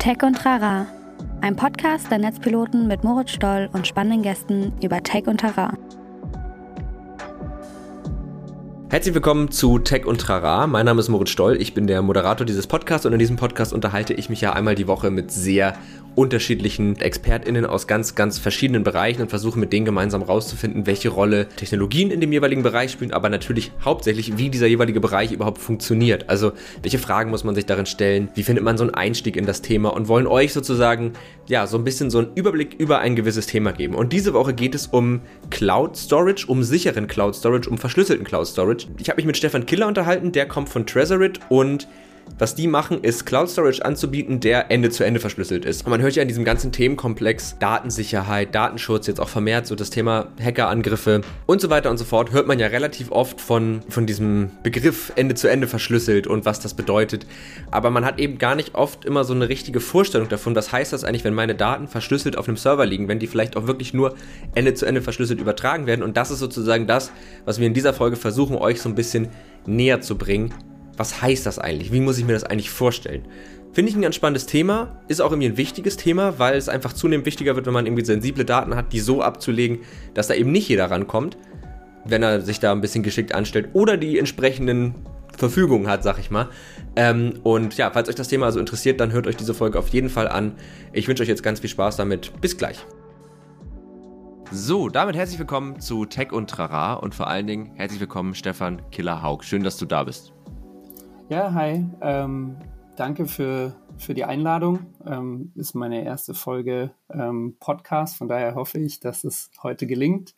Tech und Trara, ein Podcast der Netzpiloten mit Moritz Stoll und spannenden Gästen über Tech und Trara. Herzlich willkommen zu Tech und Trara. Mein Name ist Moritz Stoll, ich bin der Moderator dieses Podcasts und in diesem Podcast unterhalte ich mich ja einmal die Woche mit sehr unterschiedlichen ExpertInnen aus ganz, ganz verschiedenen Bereichen und versuche mit denen gemeinsam rauszufinden, welche Rolle Technologien in dem jeweiligen Bereich spielen, aber natürlich hauptsächlich, wie dieser jeweilige Bereich überhaupt funktioniert. Also, welche Fragen muss man sich darin stellen, wie findet man so einen Einstieg in das Thema und wollen euch sozusagen, ja, so ein bisschen so einen Überblick über ein gewisses Thema geben. Und diese Woche geht es um Cloud Storage, um sicheren Cloud Storage, um verschlüsselten Cloud Storage. Ich habe mich mit Stefan Killer unterhalten, der kommt von Trezorit und was die machen, ist Cloud Storage anzubieten, der Ende zu Ende verschlüsselt ist. Und man hört ja in diesem ganzen Themenkomplex Datensicherheit, Datenschutz, jetzt auch vermehrt so das Thema Hackerangriffe und so weiter und so fort, hört man ja relativ oft von diesem Begriff Ende zu Ende verschlüsselt und was das bedeutet. Aber man hat eben gar nicht oft immer so eine richtige Vorstellung davon, was heißt das eigentlich, wenn meine Daten verschlüsselt auf einem Server liegen, wenn die vielleicht auch wirklich nur Ende zu Ende verschlüsselt übertragen werden. Und das ist sozusagen das, was wir in dieser Folge versuchen, euch so ein bisschen näher zu bringen. Was heißt das eigentlich? Wie muss ich mir das eigentlich vorstellen? Finde ich ein ganz spannendes Thema, ist auch irgendwie ein wichtiges Thema, weil es einfach zunehmend wichtiger wird, wenn man irgendwie sensible Daten hat, die so abzulegen, dass da eben nicht jeder rankommt, wenn er sich da ein bisschen geschickt anstellt oder die entsprechenden Verfügungen hat, sag ich mal. Und ja, falls euch das Thema also interessiert, dann hört euch diese Folge auf jeden Fall an. Ich wünsche euch jetzt ganz viel Spaß damit. Bis gleich. So, damit herzlich willkommen zu Tech und Trara und vor allen Dingen herzlich willkommen Stefan Killer-Haug. Schön, dass du da bist. Ja, hi. Danke für die Einladung. Ist meine erste Folge Podcast, von daher hoffe ich, dass es heute gelingt.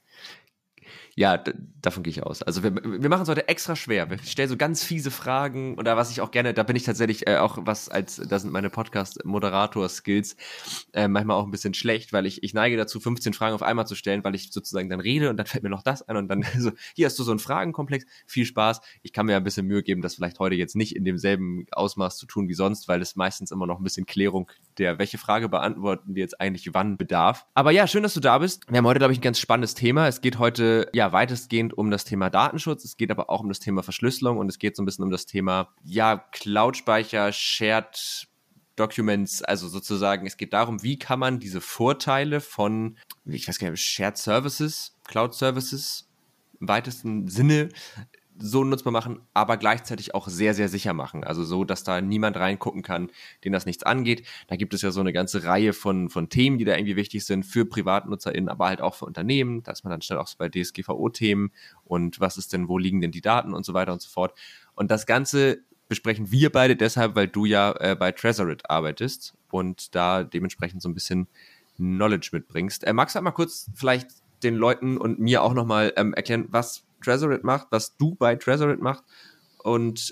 Ja, davon gehe ich aus. Also wir machen es heute extra schwer. Wir stellen so ganz fiese Fragen oder was ich auch gerne, da bin ich tatsächlich auch das sind meine Podcast-Moderator-Skills manchmal auch ein bisschen schlecht, weil ich neige dazu, 15 Fragen auf einmal zu stellen, weil ich sozusagen dann rede und dann fällt mir noch das ein und dann so, hier hast du so einen Fragenkomplex, viel Spaß. Ich kann mir ein bisschen Mühe geben, das vielleicht heute jetzt nicht in demselben Ausmaß zu tun wie sonst, weil es meistens immer noch ein bisschen Klärung welche Frage beantworten wir jetzt eigentlich wann bedarf. Aber ja, schön, dass du da bist. Wir haben heute, glaube ich, ein ganz spannendes Thema. Es geht heute ja weitestgehend um das Thema Datenschutz. Es geht aber auch um das Thema Verschlüsselung und es geht so ein bisschen um das Thema Cloud-Speicher, Shared Documents, also sozusagen, es geht darum, wie kann man diese Vorteile von, ich weiß gar nicht, Shared Services, Cloud Services im weitesten Sinne so nutzbar machen, aber gleichzeitig auch sehr, sehr sicher machen. Also so, dass da niemand reingucken kann, den das nichts angeht. Da gibt es ja so eine ganze Reihe von Themen, die da irgendwie wichtig sind für PrivatnutzerInnen, aber halt auch für Unternehmen. Da ist man dann schnell auch so bei DSGVO-Themen und was ist denn, wo liegen denn die Daten und so weiter und so fort. Und das Ganze besprechen wir beide deshalb, weil du ja bei Trezorit arbeitest und da dementsprechend so ein bisschen Knowledge mitbringst. Magst du mal kurz vielleicht den Leuten und mir auch nochmal erklären, was Trezorit macht, was du bei Trezorit machst und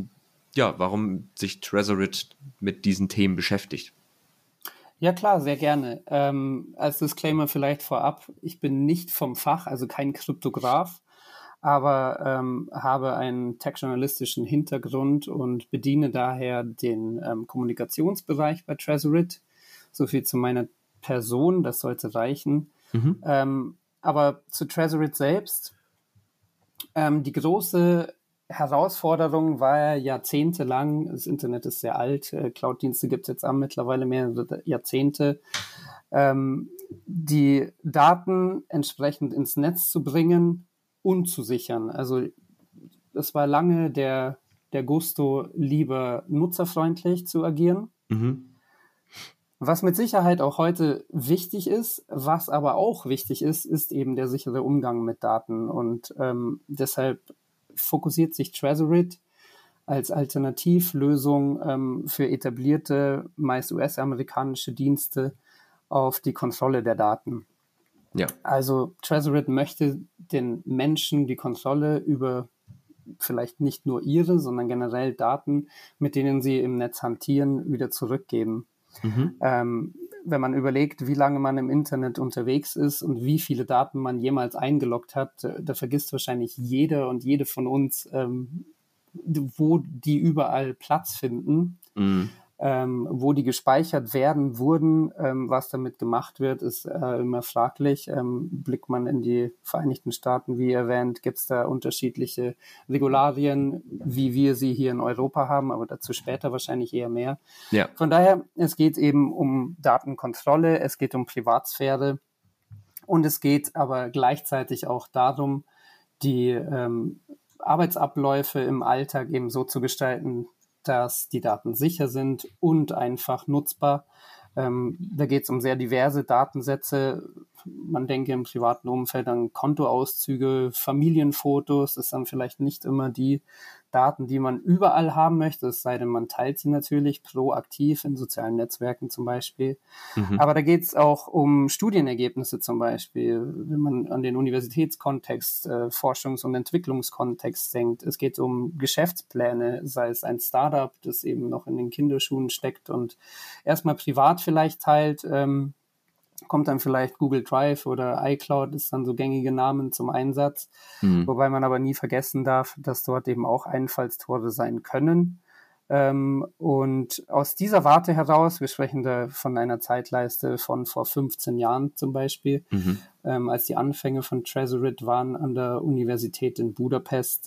warum sich Trezorit mit diesen Themen beschäftigt. Ja klar, sehr gerne. Als Disclaimer vielleicht vorab, ich bin nicht vom Fach, also kein Kryptograf, aber habe einen tech-journalistischen Hintergrund und bediene daher den Kommunikationsbereich bei Trezorit. So viel zu meiner Person, das sollte reichen. Aber zu Trezorit selbst, die große Herausforderung war jahrzehntelang, das Internet ist sehr alt, Cloud-Dienste gibt es jetzt auch mittlerweile mehrere Jahrzehnte, die Daten entsprechend ins Netz zu bringen und zu sichern. Also das war lange der Gusto, lieber nutzerfreundlich zu agieren. Was mit Sicherheit auch heute wichtig ist, was aber auch wichtig ist, ist eben der sichere Umgang mit Daten. Und deshalb fokussiert sich Trezorit als Alternativlösung für etablierte, meist US-amerikanische Dienste auf die Kontrolle der Daten. Ja. Also Trezorit möchte den Menschen die Kontrolle über vielleicht nicht nur ihre, sondern generell Daten, mit denen sie im Netz hantieren, wieder zurückgeben. Wenn man überlegt, wie lange man im Internet unterwegs ist und wie viele Daten man jemals eingeloggt hat, da vergisst wahrscheinlich jeder und jede von uns, wo die überall Platz finden. Wo die gespeichert werden, was damit gemacht wird, ist immer fraglich. Blickt man in die Vereinigten Staaten, wie erwähnt, gibt es da unterschiedliche Regularien, wie wir sie hier in Europa haben, aber dazu später wahrscheinlich eher mehr. Ja. Von daher, es geht eben um Datenkontrolle, es geht um Privatsphäre und es geht aber gleichzeitig auch darum, die Arbeitsabläufe im Alltag eben so zu gestalten, dass die Daten sicher sind und einfach nutzbar. Da geht es um sehr diverse Datensätze. Man denke im privaten Umfeld an Kontoauszüge, Familienfotos. Das sind vielleicht nicht immer die Daten, die man überall haben möchte, es sei denn, man teilt sie natürlich proaktiv in sozialen Netzwerken zum Beispiel. Aber da geht es auch um Studienergebnisse zum Beispiel, wenn man an den Universitätskontext, Forschungs- und Entwicklungskontext denkt. Es geht um Geschäftspläne, sei es ein Startup, das eben noch in den Kinderschuhen steckt und erstmal privat vielleicht teilt, kommt dann vielleicht Google Drive oder iCloud, ist dann so gängige Namen zum Einsatz. Wobei man aber nie vergessen darf, dass dort eben auch Einfallstore sein können. Und aus dieser Warte heraus, wir sprechen da von einer Zeitleiste von vor 15 Jahren zum Beispiel, als die Anfänge von Trezorit waren an der Universität in Budapest.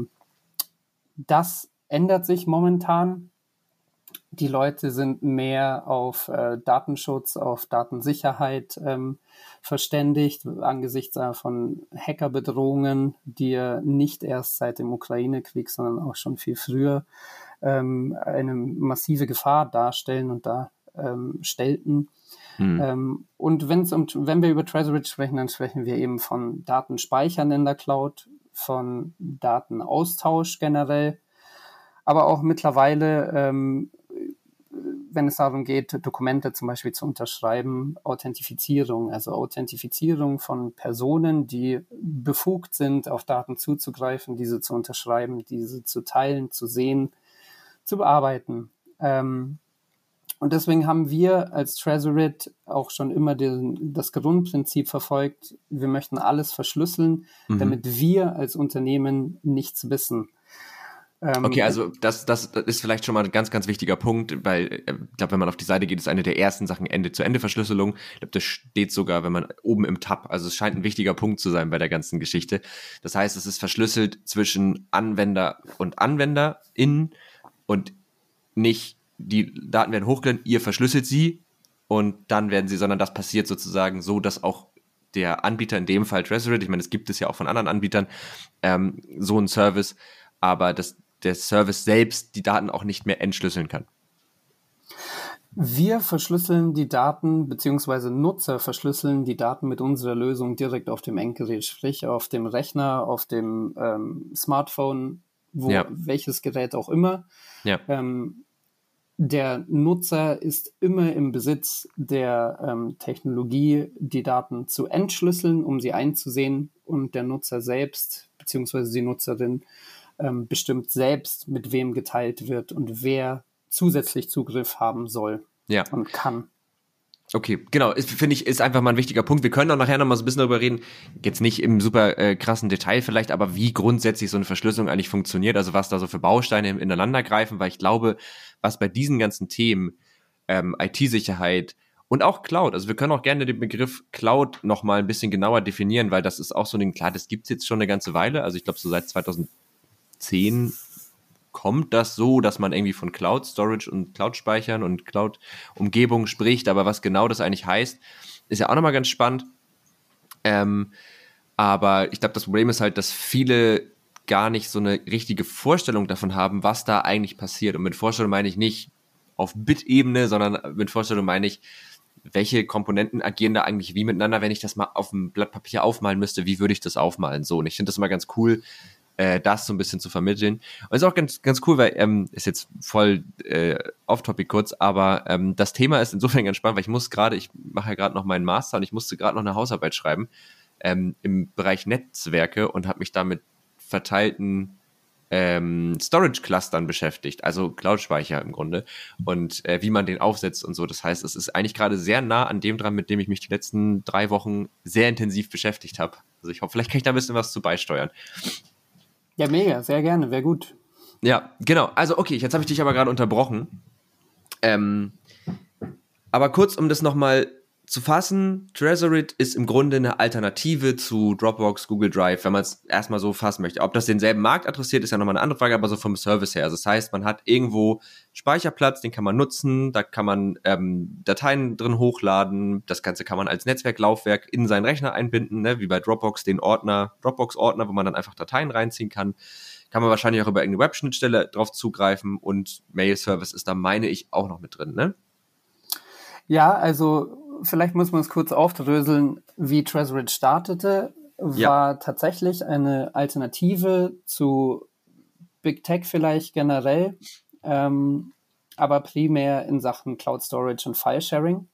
Das ändert sich momentan. Die Leute sind mehr auf Datenschutz, auf Datensicherheit verständigt, angesichts von Hackerbedrohungen, die ja nicht erst seit dem Ukraine-Krieg, sondern auch schon viel früher eine massive Gefahr darstellen und stellten. Und wenn wir über Trezorit sprechen, dann sprechen wir eben von Datenspeichern in der Cloud, von Datenaustausch generell, aber auch mittlerweile wenn es darum geht, Dokumente zum Beispiel zu unterschreiben, Authentifizierung von Personen, die befugt sind, auf Daten zuzugreifen, diese zu unterschreiben, diese zu teilen, zu sehen, zu bearbeiten. Und deswegen haben wir als Trezorit auch schon immer das Grundprinzip verfolgt, wir möchten alles verschlüsseln, damit wir als Unternehmen nichts wissen. Okay, also das ist vielleicht schon mal ein ganz, ganz wichtiger Punkt, weil ich glaube, wenn man auf die Seite geht, ist eine der ersten Sachen Ende-zu-Ende-Verschlüsselung. Ich glaube, das steht sogar, wenn man oben im Tab, also es scheint ein wichtiger Punkt zu sein bei der ganzen Geschichte. Das heißt, es ist verschlüsselt zwischen Anwender und AnwenderInnen und nicht, die Daten werden hochgeladen, ihr verschlüsselt sie und dann werden sie, sondern das passiert sozusagen so, dass auch der Anbieter, in dem Fall Trezorit, ich meine, es gibt es ja auch von anderen Anbietern, so einen Service, aber dass der Service selbst die Daten auch nicht mehr entschlüsseln kann. Wir verschlüsseln die Daten, beziehungsweise Nutzer verschlüsseln die Daten mit unserer Lösung direkt auf dem Endgerät, sprich auf dem Rechner, auf dem Smartphone, welches Gerät auch immer. Ja. Der Nutzer ist immer im Besitz der Technologie, die Daten zu entschlüsseln, um sie einzusehen, und der Nutzer selbst, beziehungsweise die Nutzerin, bestimmt selbst, mit wem geteilt wird und wer zusätzlich Zugriff haben soll und kann. Okay, genau, finde ich, ist einfach mal ein wichtiger Punkt. Wir können auch nachher noch mal so ein bisschen darüber reden, jetzt nicht im super krassen Detail vielleicht, aber wie grundsätzlich so eine Verschlüsselung eigentlich funktioniert, also was da so für Bausteine ineinander greifen, weil ich glaube, was bei diesen ganzen Themen, IT-Sicherheit und auch Cloud, also wir können auch gerne den Begriff Cloud noch mal ein bisschen genauer definieren, weil das ist auch so ein Ding, klar, das gibt's jetzt schon eine ganze Weile, also ich glaube so seit 2010 kommt das so, dass man irgendwie von Cloud Storage und Cloud-Speichern und Cloud-Umgebung spricht, aber was genau das eigentlich heißt, ist ja auch nochmal ganz spannend. Aber ich glaube, das Problem ist halt, dass viele gar nicht so eine richtige Vorstellung davon haben, was da eigentlich passiert. Und mit Vorstellung meine ich nicht auf Bit-Ebene, sondern mit Vorstellung meine ich, welche Komponenten agieren da eigentlich wie miteinander, wenn ich das mal auf einem Blatt Papier aufmalen müsste, wie würde ich das aufmalen? So, und ich finde das immer ganz cool, das so ein bisschen zu vermitteln. Und ist auch ganz, ganz cool, weil, ist jetzt voll off-topic kurz, aber das Thema ist insofern ganz spannend, weil ich mache ja gerade noch meinen Master und ich musste gerade noch eine Hausarbeit schreiben im Bereich Netzwerke und habe mich da mit verteilten Storage-Clustern beschäftigt, also Cloud-Speicher im Grunde, und wie man den aufsetzt und so. Das heißt, es ist eigentlich gerade sehr nah an dem dran, mit dem ich mich die letzten 3 Wochen sehr intensiv beschäftigt habe. Also ich hoffe, vielleicht kann ich da ein bisschen was zu beisteuern. Ja, mega, sehr gerne, wäre gut. Ja, genau. Also okay, jetzt habe ich dich aber gerade unterbrochen. Aber kurz, um das nochmal zu fassen, Trezorit ist im Grunde eine Alternative zu Dropbox, Google Drive, wenn man es erstmal so fassen möchte. Ob das denselben Markt adressiert, ist ja nochmal eine andere Frage, aber so vom Service her. Also das heißt, man hat irgendwo Speicherplatz, den kann man nutzen, da kann man Dateien drin hochladen, das Ganze kann man als Netzwerklaufwerk in seinen Rechner einbinden, ne? Wie bei Dropbox, den Dropbox-Ordner, wo man dann einfach Dateien reinziehen kann. Kann man wahrscheinlich auch über irgendeine Webschnittstelle drauf zugreifen und Mail-Service ist da, meine ich, auch noch mit drin, ne? Ja, also vielleicht muss man es kurz aufdröseln, wie Trezorit startete, war tatsächlich eine Alternative zu Big Tech vielleicht generell, aber primär in Sachen Cloud Storage und File Sharing.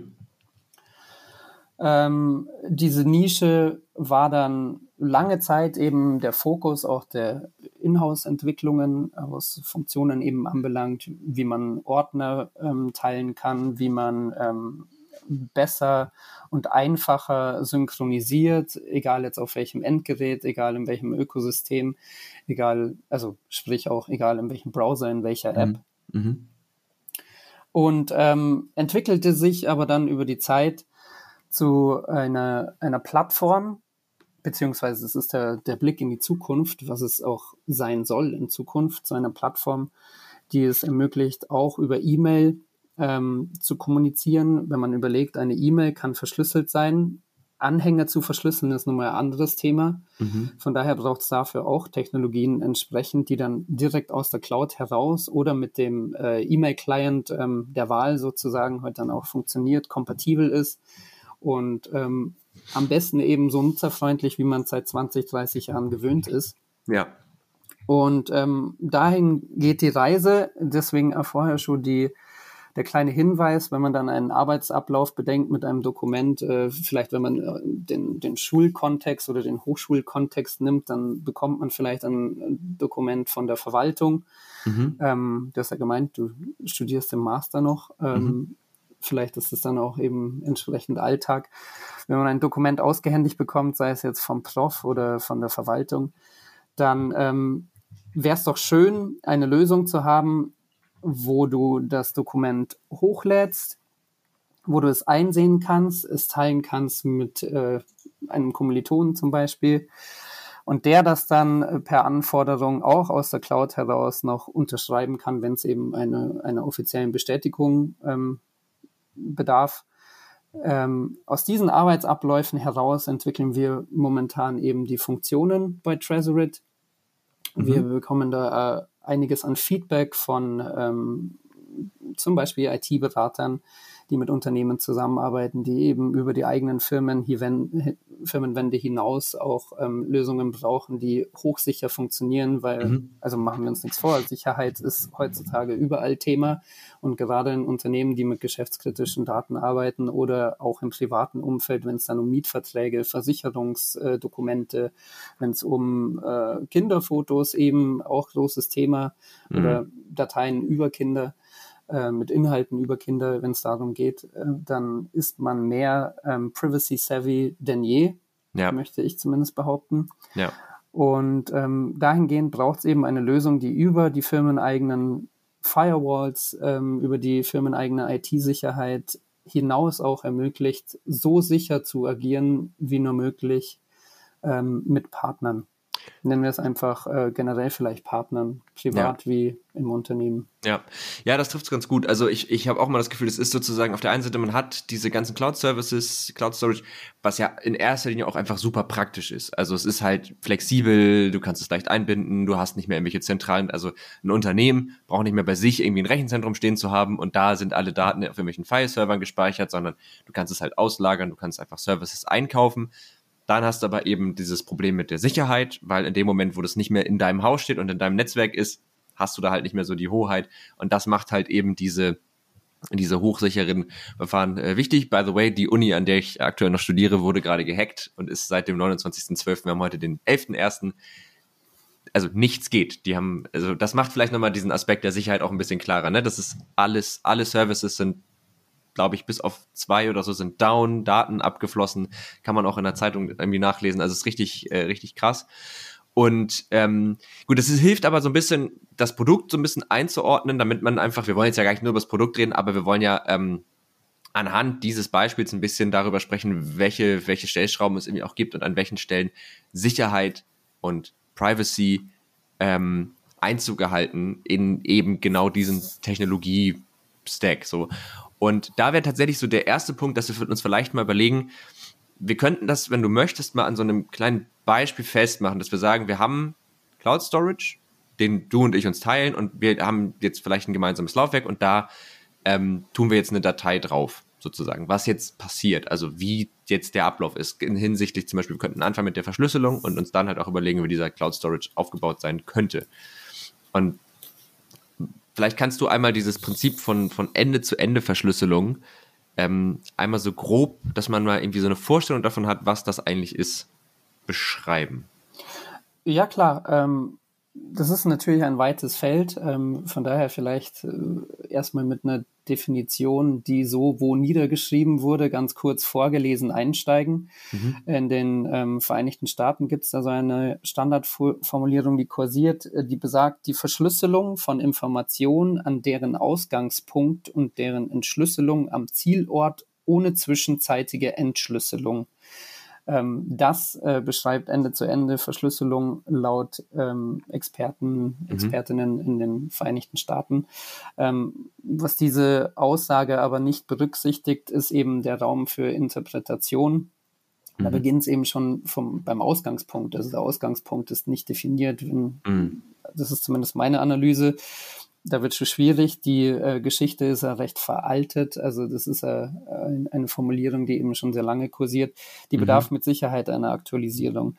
Diese Nische war dann lange Zeit eben der Fokus auch der Inhouse-Entwicklungen, was Funktionen eben anbelangt, wie man Ordner teilen kann, wie man besser und einfacher synchronisiert, egal jetzt auf welchem Endgerät, egal in welchem Ökosystem, egal in welchem Browser, in welcher App. Und entwickelte sich aber dann über die Zeit zu einer Plattform, beziehungsweise es ist der Blick in die Zukunft, was es auch sein soll in Zukunft, zu einer Plattform, die es ermöglicht, auch über E-Mail zu kommunizieren. Wenn man überlegt, eine E-Mail kann verschlüsselt sein. Anhänge zu verschlüsseln ist nun mal ein anderes Thema. Von daher braucht es dafür auch Technologien entsprechend, die dann direkt aus der Cloud heraus oder mit dem E-Mail-Client der Wahl sozusagen heute dann auch funktioniert, kompatibel ist und am besten eben so nutzerfreundlich, wie man es seit 20, 30 Jahren gewöhnt ist. Ja. Und dahin geht die Reise. Deswegen vorher schon der kleine Hinweis, wenn man dann einen Arbeitsablauf bedenkt mit einem Dokument, vielleicht wenn man den Schulkontext oder den Hochschulkontext nimmt, dann bekommt man vielleicht ein Dokument von der Verwaltung. Du hast ja gemeint, du studierst im Master noch. Vielleicht ist es dann auch eben entsprechend Alltag. Wenn man ein Dokument ausgehändigt bekommt, sei es jetzt vom Prof oder von der Verwaltung, dann wäre es doch schön, eine Lösung zu haben, wo du das Dokument hochlädst, wo du es einsehen kannst, es teilen kannst mit einem Kommilitonen zum Beispiel und der das dann per Anforderung auch aus der Cloud heraus noch unterschreiben kann, wenn es eben einer offiziellen Bestätigung bedarf. Aus diesen Arbeitsabläufen heraus entwickeln wir momentan eben die Funktionen bei Trezorit. Wir bekommen da einiges an Feedback von zum Beispiel IT-Beratern, die mit Unternehmen zusammenarbeiten, die eben über die eigenen Firmenwände hinaus auch Lösungen brauchen, die hochsicher funktionieren, weil, also machen wir uns nichts vor, Sicherheit ist heutzutage überall Thema und gerade in Unternehmen, die mit geschäftskritischen Daten arbeiten oder auch im privaten Umfeld, wenn es dann um Mietverträge, Versicherungsdokumente, wenn es um Kinderfotos eben auch großes Thema oder Dateien über Kinder, mit Inhalten über Kinder, wenn es darum geht, dann ist man mehr privacy-savvy denn je, möchte ich zumindest behaupten. Ja. Und dahingehend braucht es eben eine Lösung, die über die firmeneigenen Firewalls, über die firmeneigene IT-Sicherheit hinaus auch ermöglicht, so sicher zu agieren, wie nur möglich mit Partnern. Nennen wir es einfach generell vielleicht Partnern, privat wie im Unternehmen. Ja, das trifft es ganz gut. Also ich habe auch mal das Gefühl, es ist sozusagen auf der einen Seite, man hat diese ganzen Cloud-Services, Cloud-Storage, was ja in erster Linie auch einfach super praktisch ist. Also es ist halt flexibel, du kannst es leicht einbinden, du hast nicht mehr irgendwelche zentralen, also ein Unternehmen braucht nicht mehr bei sich irgendwie ein Rechenzentrum stehen zu haben und da sind alle Daten auf irgendwelchen File-Servern gespeichert, sondern du kannst es halt auslagern, du kannst einfach Services einkaufen. Dann hast du aber eben dieses Problem mit der Sicherheit, weil in dem Moment, wo das nicht mehr in deinem Haus steht und in deinem Netzwerk ist, hast du da halt nicht mehr so die Hoheit. Und das macht halt eben diese hochsicheren Verfahren wichtig. By the way, die Uni, an der ich aktuell noch studiere, wurde gerade gehackt und ist seit dem 29.12., wir haben heute den 11.1., also nichts geht. Also das macht vielleicht nochmal diesen Aspekt der Sicherheit auch ein bisschen klarer, ne? Das ist alle Services sind, glaube ich, bis auf 2 oder so sind down, Daten abgeflossen, kann man auch in der Zeitung irgendwie nachlesen, also es ist richtig krass. Und gut, hilft aber so ein bisschen, das Produkt so ein bisschen einzuordnen, damit man einfach, wir wollen jetzt ja gar nicht nur über das Produkt reden, aber wir wollen ja anhand dieses Beispiels ein bisschen darüber sprechen, welche Stellschrauben es irgendwie auch gibt und an welchen Stellen Sicherheit und Privacy Einzug erhalten in eben genau diesen Technologie-Stack. So. Und da wäre tatsächlich so der erste Punkt, dass wir uns vielleicht mal überlegen, wir könnten das, wenn du möchtest, mal an so einem kleinen Beispiel festmachen, dass wir sagen, wir haben Cloud Storage, den du und ich uns teilen und wir haben jetzt vielleicht ein gemeinsames Laufwerk und da tun wir jetzt eine Datei drauf, sozusagen, was jetzt passiert, also wie jetzt der Ablauf ist, hinsichtlich zum Beispiel, wir könnten anfangen mit der Verschlüsselung und uns dann halt auch überlegen, wie dieser Cloud Storage aufgebaut sein könnte. Und vielleicht kannst du einmal dieses Prinzip von Ende-zu-Ende Verschlüsselung einmal so grob, dass man mal irgendwie so eine Vorstellung davon hat, was das eigentlich ist, beschreiben. Ja, klar. Das ist natürlich ein weites Feld. Von daher vielleicht erstmal mit einer Definition, die so wo niedergeschrieben wurde, ganz kurz vorgelesen einsteigen. In den Vereinigten Staaten gibt es da so eine Standardformulierung, die kursiert, die besagt, die Verschlüsselung von Informationen an deren Ausgangspunkt und deren Entschlüsselung am Zielort ohne zwischenzeitige Entschlüsselung. Das beschreibt Ende-zu-Ende-Verschlüsselung laut Expertinnen in den Vereinigten Staaten. Was diese Aussage aber nicht berücksichtigt, ist eben der Raum für Interpretation. Da beginnt es eben schon beim Ausgangspunkt. Also der Ausgangspunkt ist nicht definiert. Das ist zumindest meine Analyse. Da wird schon schwierig. Die Geschichte ist ja recht veraltet. Also das ist eine Formulierung, die eben schon sehr lange kursiert. Die bedarf mit Sicherheit einer Aktualisierung.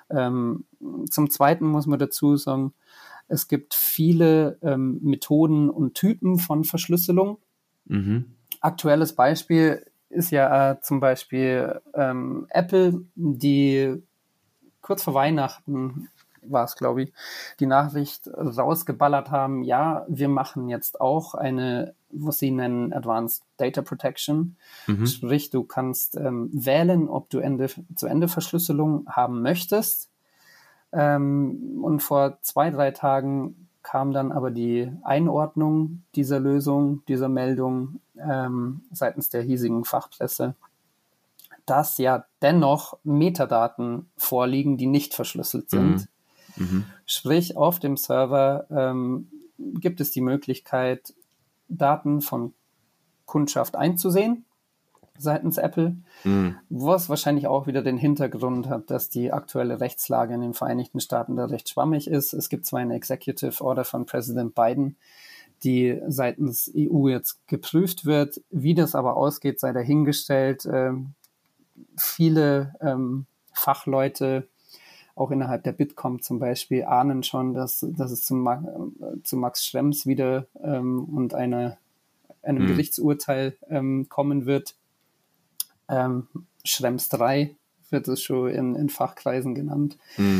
Zum Zweiten muss man dazu sagen, es gibt viele Methoden und Typen von Verschlüsselung. Aktuelles Beispiel ist ja zum Beispiel Apple, die kurz vor Weihnachten war es, glaube ich, die Nachricht rausgeballert haben, ja, wir machen jetzt auch eine, was sie nennen, Advanced Data Protection. Sprich, du kannst wählen, ob du Ende-zu-Ende-Verschlüsselung haben möchtest. Und vor 2-3 Tagen kam dann aber die Einordnung dieser Lösung, dieser Meldung seitens der hiesigen Fachpresse, dass ja dennoch Metadaten vorliegen, die nicht verschlüsselt sind. Sprich, auf dem Server gibt es die Möglichkeit, Daten von Kundschaft einzusehen seitens Apple, was wahrscheinlich auch wieder den Hintergrund hat, dass die aktuelle Rechtslage in den Vereinigten Staaten da recht schwammig ist. Es gibt zwar eine Executive Order von Präsident Biden, die seitens EU jetzt geprüft wird. Wie das aber ausgeht, sei dahingestellt. Viele Fachleute, auch innerhalb der Bitkom zum Beispiel, ahnen schon, dass es zu Max Schrems wieder und einem Gerichtsurteil kommen wird. Schrems 3 wird es schon in Fachkreisen genannt.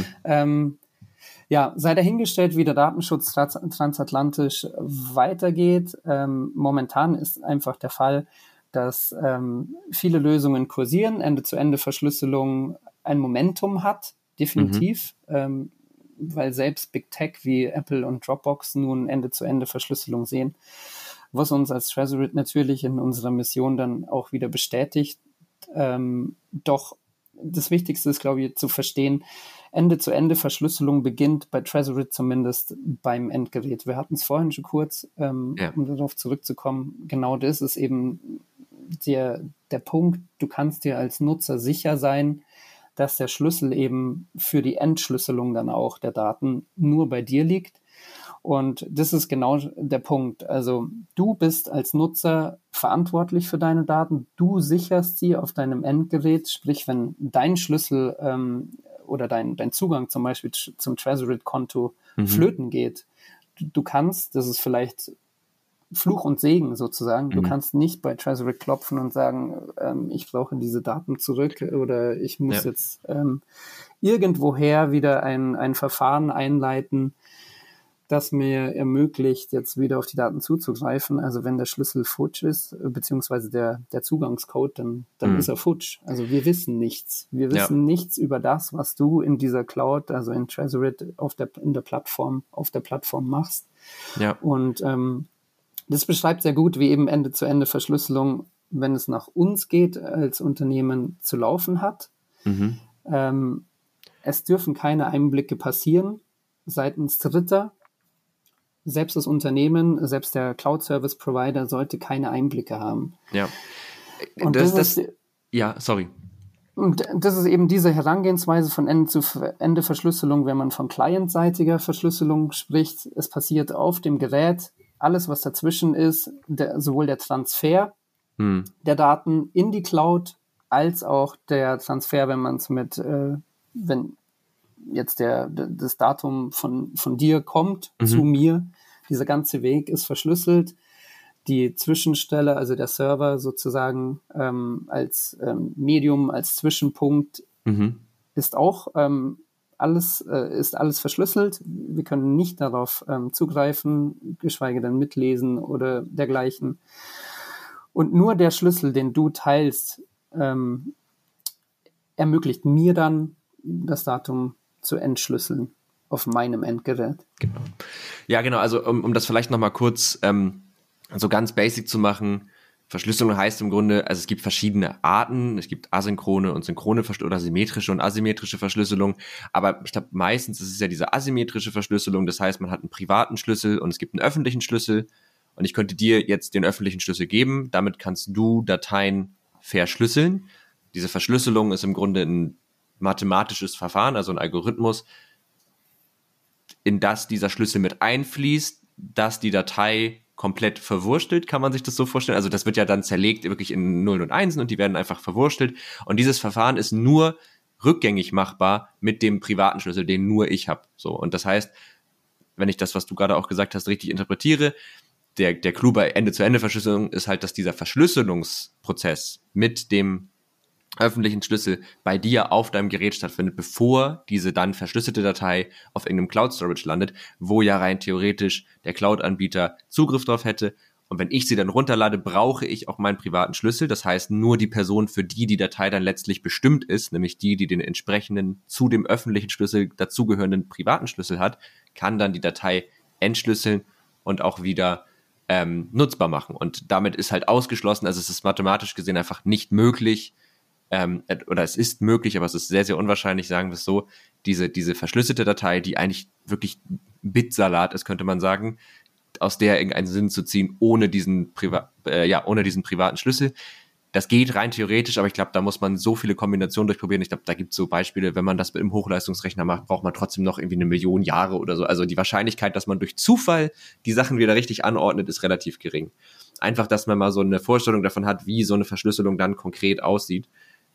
Ja, sei dahingestellt, wie der Datenschutz transatlantisch weitergeht. Momentan ist einfach der Fall, dass viele Lösungen kursieren, Ende-zu-Ende-Verschlüsselung ein Momentum hat, definitiv, weil selbst Big Tech wie Apple und Dropbox nun Ende-zu-Ende-Verschlüsselung sehen, was uns als Tresorit natürlich in unserer Mission dann auch wieder bestätigt. Doch das Wichtigste ist, glaube ich, zu verstehen, Ende-zu-Ende-Verschlüsselung beginnt bei Tresorit zumindest beim Endgerät. Wir hatten es vorhin schon kurz, um darauf zurückzukommen. Genau das ist eben der Punkt. Du kannst dir als Nutzer sicher sein, dass der Schlüssel eben für die Entschlüsselung dann auch der Daten nur bei dir liegt. Und das ist genau der Punkt. Also du bist als Nutzer verantwortlich für deine Daten. Du sicherst sie auf deinem Endgerät. Sprich, wenn dein Schlüssel oder dein Zugang zum Beispiel zum Tresorit-Konto flöten geht, du kannst, das ist vielleicht Fluch und Segen sozusagen, du kannst nicht bei Tresorit klopfen und sagen, ich brauche diese Daten zurück oder ich muss jetzt irgendwoher wieder ein Verfahren einleiten. das mir ermöglicht, jetzt wieder auf die Daten zuzugreifen. Also wenn der Schlüssel futsch ist, beziehungsweise der Zugangscode, dann ist er futsch. Also wir wissen nichts. Wir wissen nichts über das, was du in dieser Cloud, also in Trezorit auf der Plattform machst. Ja. Und das beschreibt sehr gut, wie eben Ende-zu-Ende-Verschlüsselung, wenn es nach uns geht, als Unternehmen zu laufen hat. Es dürfen keine Einblicke passieren seitens Dritter. Selbst das Unternehmen, selbst der Cloud-Service-Provider sollte keine Einblicke haben. Ja. Und sorry. Und das ist eben diese Herangehensweise von Ende-zu-Ende-Verschlüsselung, wenn man von clientseitiger Verschlüsselung spricht. Es passiert auf dem Gerät, alles, was dazwischen ist, sowohl der Transfer der Daten in die Cloud, als auch der Transfer, wenn man es wenn jetzt das Datum von dir kommt zu mir, dieser ganze Weg ist verschlüsselt. Die Zwischenstelle, also der Server sozusagen als Medium, als Zwischenpunkt ist auch alles verschlüsselt. Wir können nicht darauf zugreifen, geschweige denn mitlesen oder dergleichen. Und nur der Schlüssel, den du teilst, ermöglicht mir dann, das Datum zu entschlüsseln auf meinem Endgerät. Genau. Ja, genau. Also um das vielleicht nochmal kurz so ganz basic zu machen, Verschlüsselung heißt im Grunde, also es gibt verschiedene Arten, es gibt asynchrone und synchrone oder symmetrische und asymmetrische Verschlüsselung, aber ich glaube meistens ist es ja diese asymmetrische Verschlüsselung, das heißt man hat einen privaten Schlüssel und es gibt einen öffentlichen Schlüssel und ich könnte dir jetzt den öffentlichen Schlüssel geben, damit kannst du Dateien verschlüsseln. Diese Verschlüsselung ist im Grunde ein mathematisches Verfahren, also ein Algorithmus, in das dieser Schlüssel mit einfließt, dass die Datei komplett verwurstelt, kann man sich das so vorstellen? Also das wird ja dann zerlegt wirklich in Nullen und Einsen und die werden einfach verwurstelt und dieses Verfahren ist nur rückgängig machbar mit dem privaten Schlüssel, den nur ich habe. So, und das heißt, wenn ich das, was du gerade auch gesagt hast, richtig interpretiere, der Clou bei Ende-zu-Ende-Verschlüsselung ist halt, dass dieser Verschlüsselungsprozess mit dem öffentlichen Schlüssel bei dir auf deinem Gerät stattfindet, bevor diese dann verschlüsselte Datei auf irgendeinem Cloud-Storage landet, wo ja rein theoretisch der Cloud-Anbieter Zugriff drauf hätte. Und wenn ich sie dann runterlade, brauche ich auch meinen privaten Schlüssel. Das heißt, nur die Person, für die die Datei dann letztlich bestimmt ist, nämlich die den entsprechenden zu dem öffentlichen Schlüssel dazugehörenden privaten Schlüssel hat, kann dann die Datei entschlüsseln und auch wieder nutzbar machen. Und damit ist halt ausgeschlossen, also es ist mathematisch gesehen einfach nicht möglich, oder es ist möglich, aber es ist sehr, sehr unwahrscheinlich, sagen wir es so, diese verschlüsselte Datei, die eigentlich wirklich Bitsalat ist, könnte man sagen, aus der irgendeinen Sinn zu ziehen, ohne diesen privaten Schlüssel. Das geht rein theoretisch, aber ich glaube, da muss man so viele Kombinationen durchprobieren. Ich glaube, da gibt es so Beispiele, wenn man das mit einem Hochleistungsrechner macht, braucht man trotzdem noch irgendwie 1 Million Jahre oder so. Also die Wahrscheinlichkeit, dass man durch Zufall die Sachen wieder richtig anordnet, ist relativ gering. Einfach, dass man mal so eine Vorstellung davon hat, wie so eine Verschlüsselung dann konkret aussieht.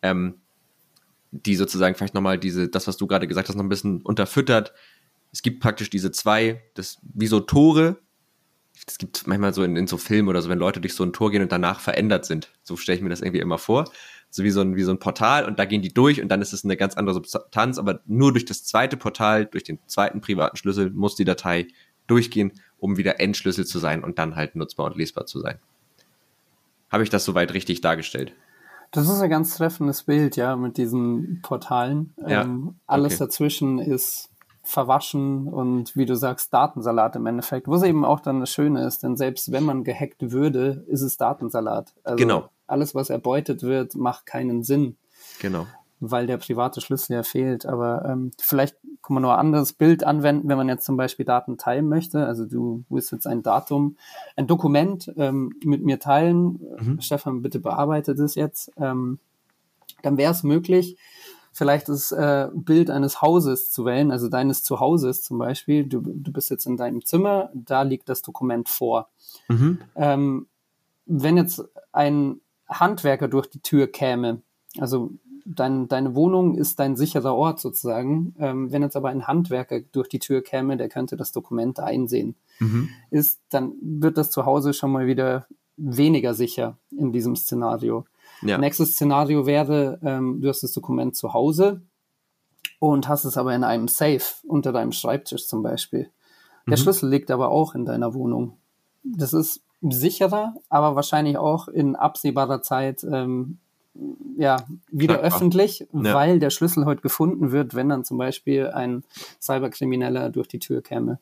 Die sozusagen vielleicht nochmal das, was du gerade gesagt hast, noch ein bisschen unterfüttert. Es gibt praktisch diese zwei, wie so Tore. Das gibt manchmal so in so Filmen oder so, wenn Leute durch so ein Tor gehen und danach verändert sind. So stelle ich mir das irgendwie immer vor. So wie so ein Portal und da gehen die durch und dann ist es eine ganz andere Substanz, aber nur durch das zweite Portal, durch den zweiten privaten Schlüssel muss die Datei durchgehen, um wieder entschlüsselt zu sein und dann halt nutzbar und lesbar zu sein. Habe ich das soweit richtig dargestellt? Das ist ein ganz treffendes Bild, ja, mit diesen Portalen. Ja, alles dazwischen ist verwaschen und wie du sagst, Datensalat im Endeffekt. Was eben auch dann das Schöne ist, denn selbst wenn man gehackt würde, ist es Datensalat. Also genau. Alles, was erbeutet wird, macht keinen Sinn. Genau. Weil der private Schlüssel ja fehlt. Aber vielleicht kann man noch ein anderes Bild anwenden, wenn man jetzt zum Beispiel Daten teilen möchte. Also du willst jetzt ein Dokument mit mir teilen. Stefan, bitte bearbeite das jetzt. Dann wäre es möglich, vielleicht das Bild eines Hauses zu wählen, also deines Zuhauses zum Beispiel. Du bist jetzt in deinem Zimmer, da liegt das Dokument vor. Wenn jetzt ein Handwerker durch die Tür käme, also deine Wohnung ist dein sicherer Ort sozusagen. Wenn jetzt aber ein Handwerker durch die Tür käme, der könnte das Dokument einsehen. Dann wird das Zuhause schon mal wieder weniger sicher in diesem Szenario. Ja. Nächstes Szenario wäre, du hast das Dokument zu Hause und hast es aber in einem Safe unter deinem Schreibtisch zum Beispiel. Der Schlüssel liegt aber auch in deiner Wohnung. Das ist sicherer, aber wahrscheinlich auch in absehbarer Zeit wieder öffentlich, weil der Schlüssel heute gefunden wird, wenn dann zum Beispiel ein Cyberkrimineller durch die Tür käme.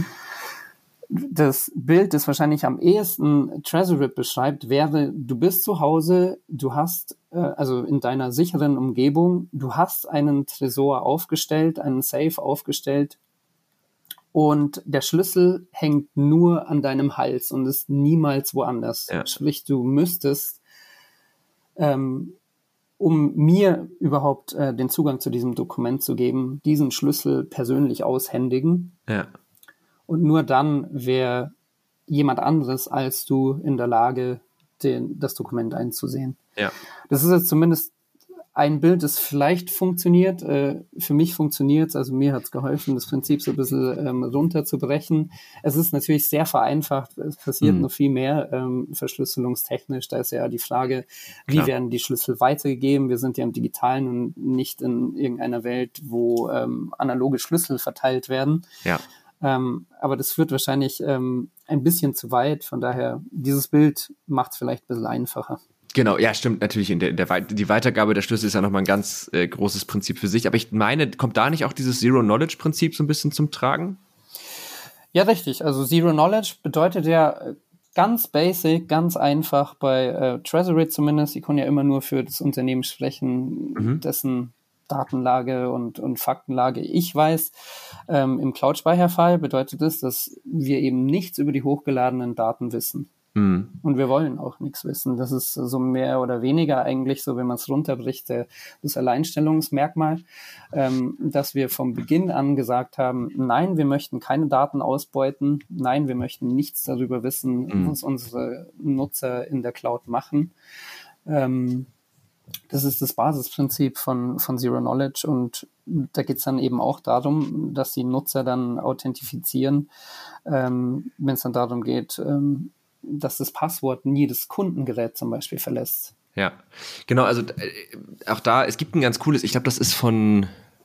Das Bild, das wahrscheinlich am ehesten TreasurRip beschreibt, wäre, du bist zu Hause, du hast, also in deiner sicheren Umgebung, du hast einen Tresor aufgestellt, einen Safe aufgestellt und der Schlüssel hängt nur an deinem Hals und ist niemals woanders. Ja. Sprich, du müsstest, um mir überhaupt den Zugang zu diesem Dokument zu geben, diesen Schlüssel persönlich aushändigen. Ja. Und nur dann wäre jemand anderes als du in der Lage, das Dokument einzusehen. Ja. Das ist jetzt zumindest ein Bild, das vielleicht funktioniert. Für mich funktioniert es, also mir hat es geholfen, das Prinzip so ein bisschen runterzubrechen. Es ist natürlich sehr vereinfacht, es passiert noch viel mehr verschlüsselungstechnisch. Da ist ja die Frage, wie werden die Schlüssel weitergegeben? Wir sind ja im Digitalen und nicht in irgendeiner Welt, wo analoge Schlüssel verteilt werden. Ja. Aber das führt wahrscheinlich ein bisschen zu weit. Von daher, dieses Bild macht es vielleicht ein bisschen einfacher. Genau, ja, stimmt natürlich. Die Weitergabe der Schlüssel ist ja nochmal ein ganz großes Prinzip für sich. Aber ich meine, kommt da nicht auch dieses Zero-Knowledge-Prinzip so ein bisschen zum Tragen? Ja, richtig. Also Zero-Knowledge bedeutet ja ganz basic, ganz einfach bei TreasurRip zumindest. Ich kann ja immer nur für das Unternehmen sprechen, dessen Datenlage und Faktenlage ich weiß. Im Cloud-Speicherfall bedeutet das, dass wir eben nichts über die hochgeladenen Daten wissen. Und wir wollen auch nichts wissen. Das ist so mehr oder weniger eigentlich so, wenn man es runterbricht, das Alleinstellungsmerkmal, dass wir vom Beginn an gesagt haben, nein, wir möchten keine Daten ausbeuten, nein, wir möchten nichts darüber wissen, was unsere Nutzer in der Cloud machen. Das ist das Basisprinzip von Zero Knowledge und da geht es dann eben auch darum, dass die Nutzer dann authentifizieren, wenn es dann darum geht, dass das Passwort nie das Kundengerät zum Beispiel verlässt. Ja, genau, also auch da, es gibt ein ganz cooles, ich glaube, das ist von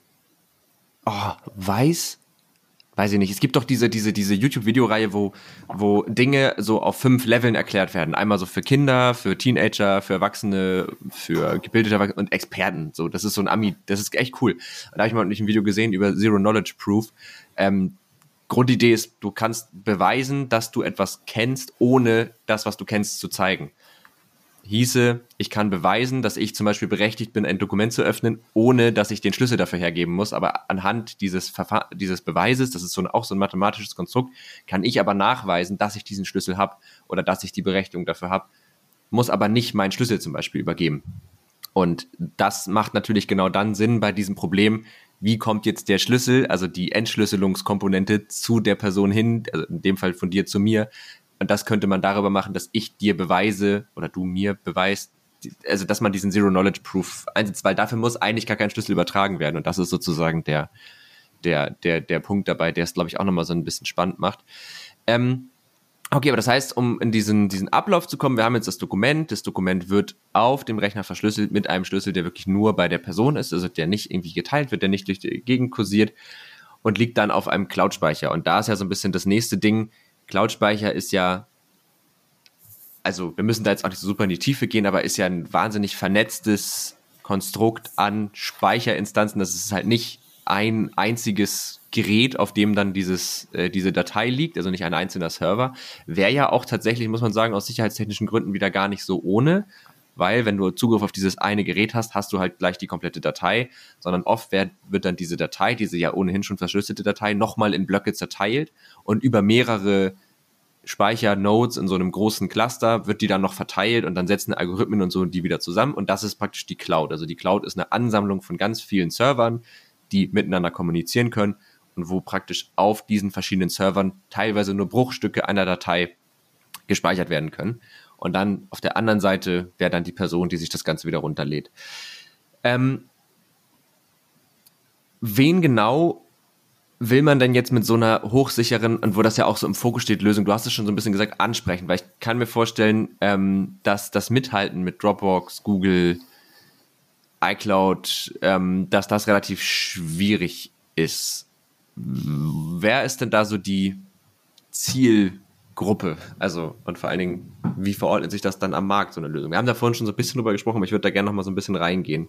weiß ich nicht, es gibt doch diese YouTube-Videoreihe, wo Dinge so auf 5 Leveln erklärt werden. Einmal so für Kinder, für Teenager, für Erwachsene, für gebildete Erwachsene und Experten. So, das ist so ein Ami, das ist echt cool. Da habe ich mal ein Video gesehen über Zero Knowledge Proof. Grundidee ist, du kannst beweisen, dass du etwas kennst, ohne das, was du kennst, zu zeigen. Hieße, ich kann beweisen, dass ich zum Beispiel berechtigt bin, ein Dokument zu öffnen, ohne dass ich den Schlüssel dafür hergeben muss. Aber anhand dieses Beweises, das ist auch so ein mathematisches Konstrukt, kann ich aber nachweisen, dass ich diesen Schlüssel habe oder dass ich die Berechtigung dafür habe, muss aber nicht meinen Schlüssel zum Beispiel übergeben. Und das macht natürlich genau dann Sinn bei diesem Problem, wie kommt jetzt der Schlüssel, also die Entschlüsselungskomponente zu der Person hin, also in dem Fall von dir zu mir. Und das könnte man darüber machen, dass ich dir beweise oder du mir beweist, also dass man diesen Zero-Knowledge-Proof einsetzt, weil dafür muss eigentlich gar kein Schlüssel übertragen werden. Und das ist sozusagen der Punkt dabei, der es, glaube ich, auch nochmal so ein bisschen spannend macht. Okay, aber das heißt, um in diesen Ablauf zu kommen, wir haben jetzt das Dokument wird auf dem Rechner verschlüsselt mit einem Schlüssel, der wirklich nur bei der Person ist, also der nicht irgendwie geteilt wird, der nicht durch die Gegend kursiert und liegt dann auf einem Cloud-Speicher. Und da ist ja so ein bisschen das nächste Ding, Cloud-Speicher ist ja, also wir müssen da jetzt auch nicht so super in die Tiefe gehen, aber ist ja ein wahnsinnig vernetztes Konstrukt an Speicherinstanzen. Das ist halt nicht ein einziges Gerät, auf dem dann diese Datei liegt, also nicht ein einzelner Server. Wäre ja auch tatsächlich, muss man sagen, aus sicherheitstechnischen Gründen wieder gar nicht so ohne, weil wenn du Zugriff auf dieses eine Gerät hast, hast du halt gleich die komplette Datei, sondern oft wird dann diese Datei, diese ja ohnehin schon verschlüsselte Datei, nochmal in Blöcke zerteilt und über mehrere Speichernodes in so einem großen Cluster wird die dann noch verteilt und dann setzen Algorithmen und so die wieder zusammen und das ist praktisch die Cloud. Also die Cloud ist eine Ansammlung von ganz vielen Servern, die miteinander kommunizieren können und wo praktisch auf diesen verschiedenen Servern teilweise nur Bruchstücke einer Datei gespeichert werden können. Und dann auf der anderen Seite wäre dann die Person, die sich das Ganze wieder runterlädt. Wen genau will man denn jetzt mit so einer hochsicheren, und wo das ja auch so im Fokus steht, Lösung, du hast es schon so ein bisschen gesagt, ansprechen, weil ich kann mir vorstellen, dass das Mithalten mit Dropbox, Google, iCloud, dass das relativ schwierig ist. wer ist denn da so die Zielgruppe? Also, und vor allen Dingen, wie verordnet sich das dann am Markt, so eine Lösung? Wir haben da vorhin schon so ein bisschen drüber gesprochen, aber ich würde da gerne noch mal so ein bisschen reingehen.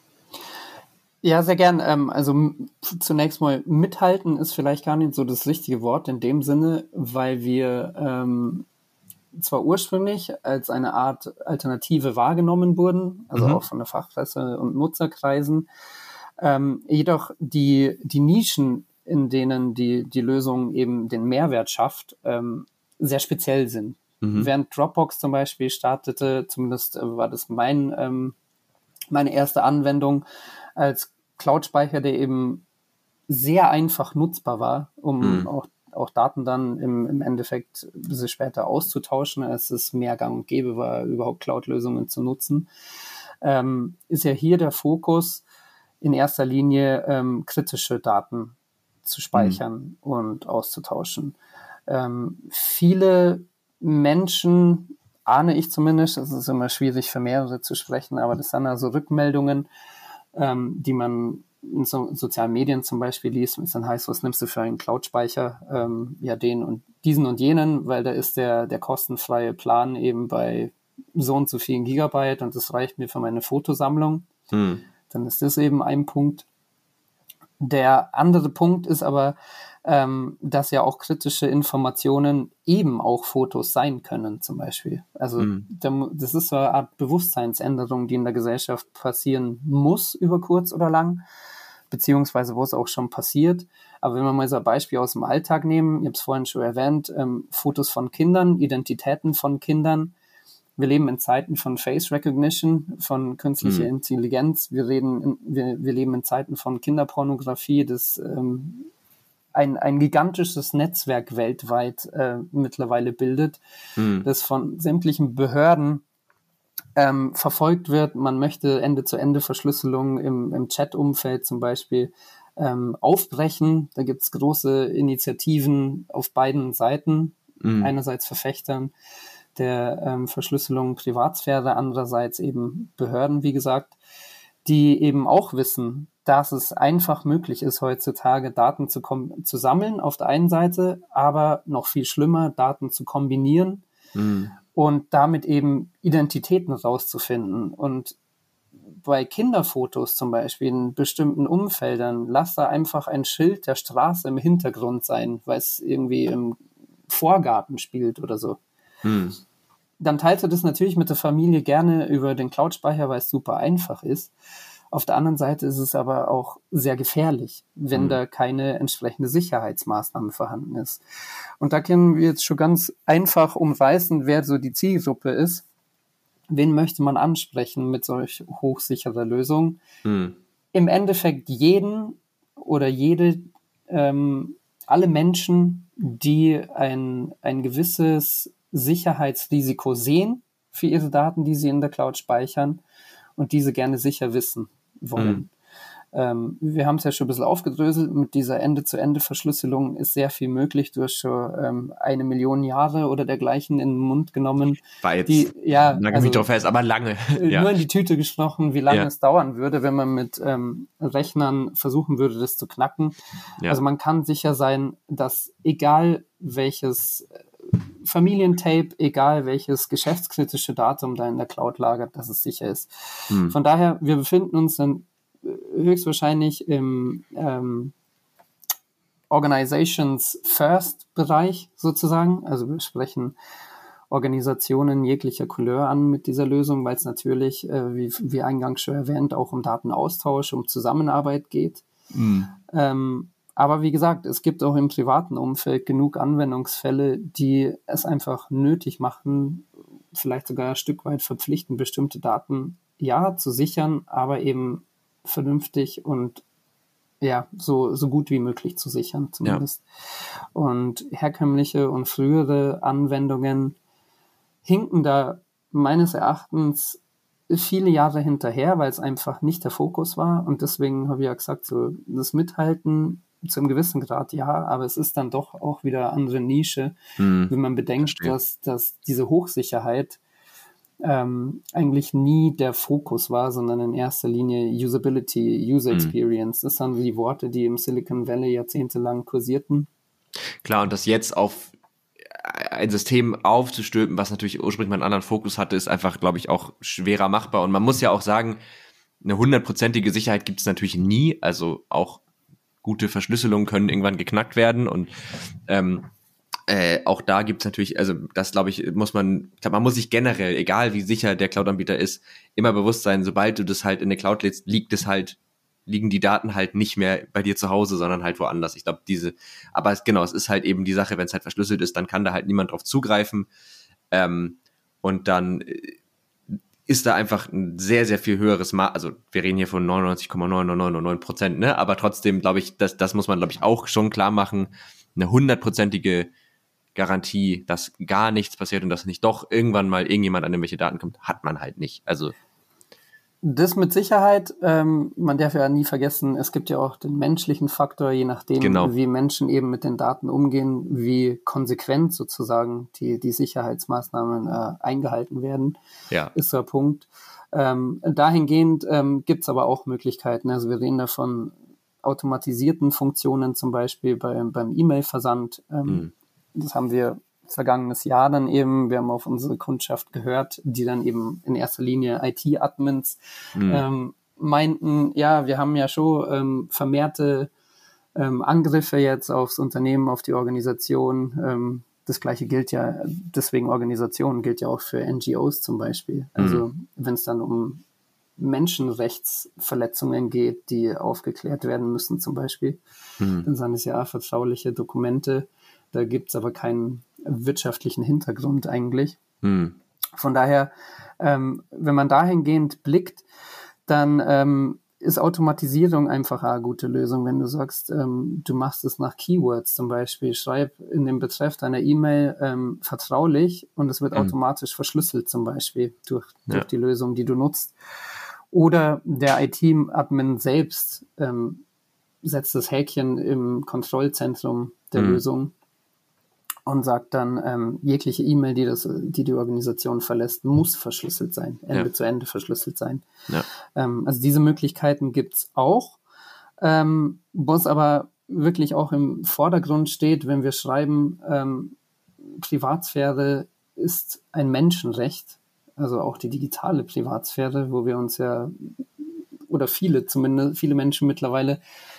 Ja, sehr gern. Also zunächst mal mithalten ist vielleicht gar nicht so das richtige Wort in dem Sinne, weil wir zwar ursprünglich als eine Art Alternative wahrgenommen wurden, also auch von der Fachpresse und Nutzerkreisen, jedoch die Nischen, in denen die Lösung eben den Mehrwert schafft, sehr speziell sind. Während Dropbox zum Beispiel startete, zumindest war das meine erste Anwendung als Cloud-Speicher, der eben sehr einfach nutzbar war, um auch Daten dann im Endeffekt ein bisschen später auszutauschen, als es mehr gang und gäbe war, überhaupt Cloud-Lösungen zu nutzen, ist ja hier der Fokus in erster Linie kritische Daten zu speichern und auszutauschen. Viele Menschen, ahne ich zumindest, es ist immer schwierig für mehrere zu sprechen, aber das sind also Rückmeldungen, die man in sozialen Medien zum Beispiel liest, wenn es dann heißt, was nimmst du für einen Cloud-Speicher? Ja, den und diesen und jenen, weil da ist der kostenfreie Plan eben bei so und so vielen Gigabyte und das reicht mir für meine Fotosammlung. Dann ist das eben ein Punkt. Der andere Punkt ist aber, dass ja auch kritische Informationen eben auch Fotos sein können, zum Beispiel. Also das ist so eine Art Bewusstseinsänderung, die in der Gesellschaft passieren muss, über kurz oder lang, beziehungsweise wo es auch schon passiert. Aber wenn wir mal so ein Beispiel aus dem Alltag nehmen, ich habe es vorhin schon erwähnt, Fotos von Kindern, Identitäten von Kindern. Wir leben in Zeiten von Face Recognition, von künstlicher Intelligenz. Wir leben in Zeiten von Kinderpornografie, das ein gigantisches Netzwerk weltweit mittlerweile bildet, das von sämtlichen Behörden verfolgt wird. Man möchte Ende-zu-Ende-Verschlüsselung im Chat-Umfeld zum Beispiel aufbrechen. Da gibt es große Initiativen auf beiden Seiten. Einerseits Verfechtern der Verschlüsselung Privatsphäre, andererseits eben Behörden, wie gesagt, die eben auch wissen, dass es einfach möglich ist, heutzutage Daten zu sammeln auf der einen Seite, aber noch viel schlimmer, Daten zu kombinieren und damit eben Identitäten rauszufinden. Und bei Kinderfotos zum Beispiel in bestimmten Umfeldern, lass da einfach ein Schild der Straße im Hintergrund sein, weil es irgendwie im Vorgarten spielt oder so. Dann teilst du das natürlich mit der Familie gerne über den Cloud-Speicher, weil es super einfach ist. Auf der anderen Seite ist es aber auch sehr gefährlich, wenn da keine entsprechende Sicherheitsmaßnahme vorhanden ist. Und da können wir jetzt schon ganz einfach umreißen, wer so die Zielgruppe ist. Wen möchte man ansprechen mit solch hochsicherer Lösung? Im Endeffekt jeden oder jede, alle Menschen, die ein gewisses Sicherheitsrisiko sehen für ihre Daten, die sie in der Cloud speichern und diese gerne sicher wissen wollen. Wir haben es ja schon ein bisschen aufgedröselt, mit dieser Ende-zu-Ende-Verschlüsselung ist sehr viel möglich. Du hast schon 1 Million Jahre oder dergleichen in den Mund genommen. War jetzt lange mich drauf fest, aber lange. Nur in die Tüte gesprochen, wie lange es dauern würde, wenn man mit Rechnern versuchen würde, das zu knacken. Ja. Also man kann sicher sein, dass egal welches Familientape, egal welches geschäftskritische Datum da in der Cloud lagert, dass es sicher ist. Von daher, wir befinden uns dann höchstwahrscheinlich im Organizations First Bereich sozusagen. Also wir sprechen Organisationen jeglicher Couleur an mit dieser Lösung, weil es natürlich, wie eingangs schon erwähnt, auch um Datenaustausch, um Zusammenarbeit geht. Aber wie gesagt, es gibt auch im privaten Umfeld genug Anwendungsfälle, die es einfach nötig machen, vielleicht sogar ein Stück weit verpflichten, bestimmte Daten zu sichern, aber eben vernünftig und so gut wie möglich zu sichern zumindest. Ja. Und herkömmliche und frühere Anwendungen hinken da meines Erachtens viele Jahre hinterher, weil es einfach nicht der Fokus war. Und deswegen habe ich ja gesagt, so das Mithalten zu einem gewissen Grad aber es ist dann doch auch wieder eine andere Nische, wenn man bedenkt, dass diese Hochsicherheit eigentlich nie der Fokus war, sondern in erster Linie Usability, User Experience. Das sind die Worte, die im Silicon Valley jahrzehntelang kursierten. Klar, und das jetzt auf ein System aufzustülpen, was natürlich ursprünglich mal einen anderen Fokus hatte, ist einfach, glaube ich, auch schwerer machbar. Und man muss ja auch sagen, eine 100%ige Sicherheit gibt es natürlich nie. Also auch gute Verschlüsselungen können irgendwann geknackt werden und auch da gibt es natürlich, also das glaube ich, man muss sich generell, egal wie sicher der Cloud-Anbieter ist, immer bewusst sein, sobald du das halt in eine Cloud lädst, liegen die Daten halt nicht mehr bei dir zu Hause, sondern halt woanders. Ich glaube, es ist halt eben die Sache, wenn es halt verschlüsselt ist, dann kann da halt niemand drauf zugreifen. Und dann ist da einfach ein sehr, sehr viel höheres also wir reden hier von 99,999%, ne? Aber trotzdem, glaube ich, das muss man, glaube ich, auch schon klar machen, eine 100%ige Garantie, dass gar nichts passiert und dass nicht doch irgendwann mal irgendjemand an irgendwelche Daten kommt, hat man halt nicht. Also das mit Sicherheit, man darf ja nie vergessen, es gibt ja auch den menschlichen Faktor, je nachdem, wie Menschen eben mit den Daten umgehen, wie konsequent sozusagen die Sicherheitsmaßnahmen eingehalten werden, ist so ein Punkt. Dahingehend gibt es aber auch Möglichkeiten. Also wir reden da von automatisierten Funktionen, zum Beispiel beim E-Mail-Versand. Das haben wir vergangenes Jahr dann eben, wir haben auf unsere Kundschaft gehört, die dann eben in erster Linie IT-Admins meinten, ja, wir haben ja schon vermehrte Angriffe jetzt aufs Unternehmen, auf die Organisation. Das Gleiche gilt ja, deswegen Organisationen gilt ja auch für NGOs zum Beispiel. Also wenn es dann um Menschenrechtsverletzungen geht, die aufgeklärt werden müssen zum Beispiel, dann sind es ja vertrauliche Dokumente. Da gibt es aber keinen wirtschaftlichen Hintergrund eigentlich. Von daher, wenn man dahingehend blickt, dann ist Automatisierung einfach eine gute Lösung. Wenn du sagst, du machst es nach Keywords zum Beispiel, schreib in dem Betreff deiner E-Mail vertraulich und es wird automatisch verschlüsselt zum Beispiel durch die Lösung, die du nutzt. Oder der IT-Admin selbst setzt das Häkchen im Kontrollzentrum der Lösung und sagt dann, jegliche E-Mail, die Organisation verlässt, muss verschlüsselt sein, Ende zu Ende verschlüsselt sein. Ja. Also diese Möglichkeiten gibt's auch, was aber wirklich auch im Vordergrund steht, wenn wir schreiben, Privatsphäre ist ein Menschenrecht, also auch die digitale Privatsphäre, wo wir uns ja, oder viele Menschen mittlerweile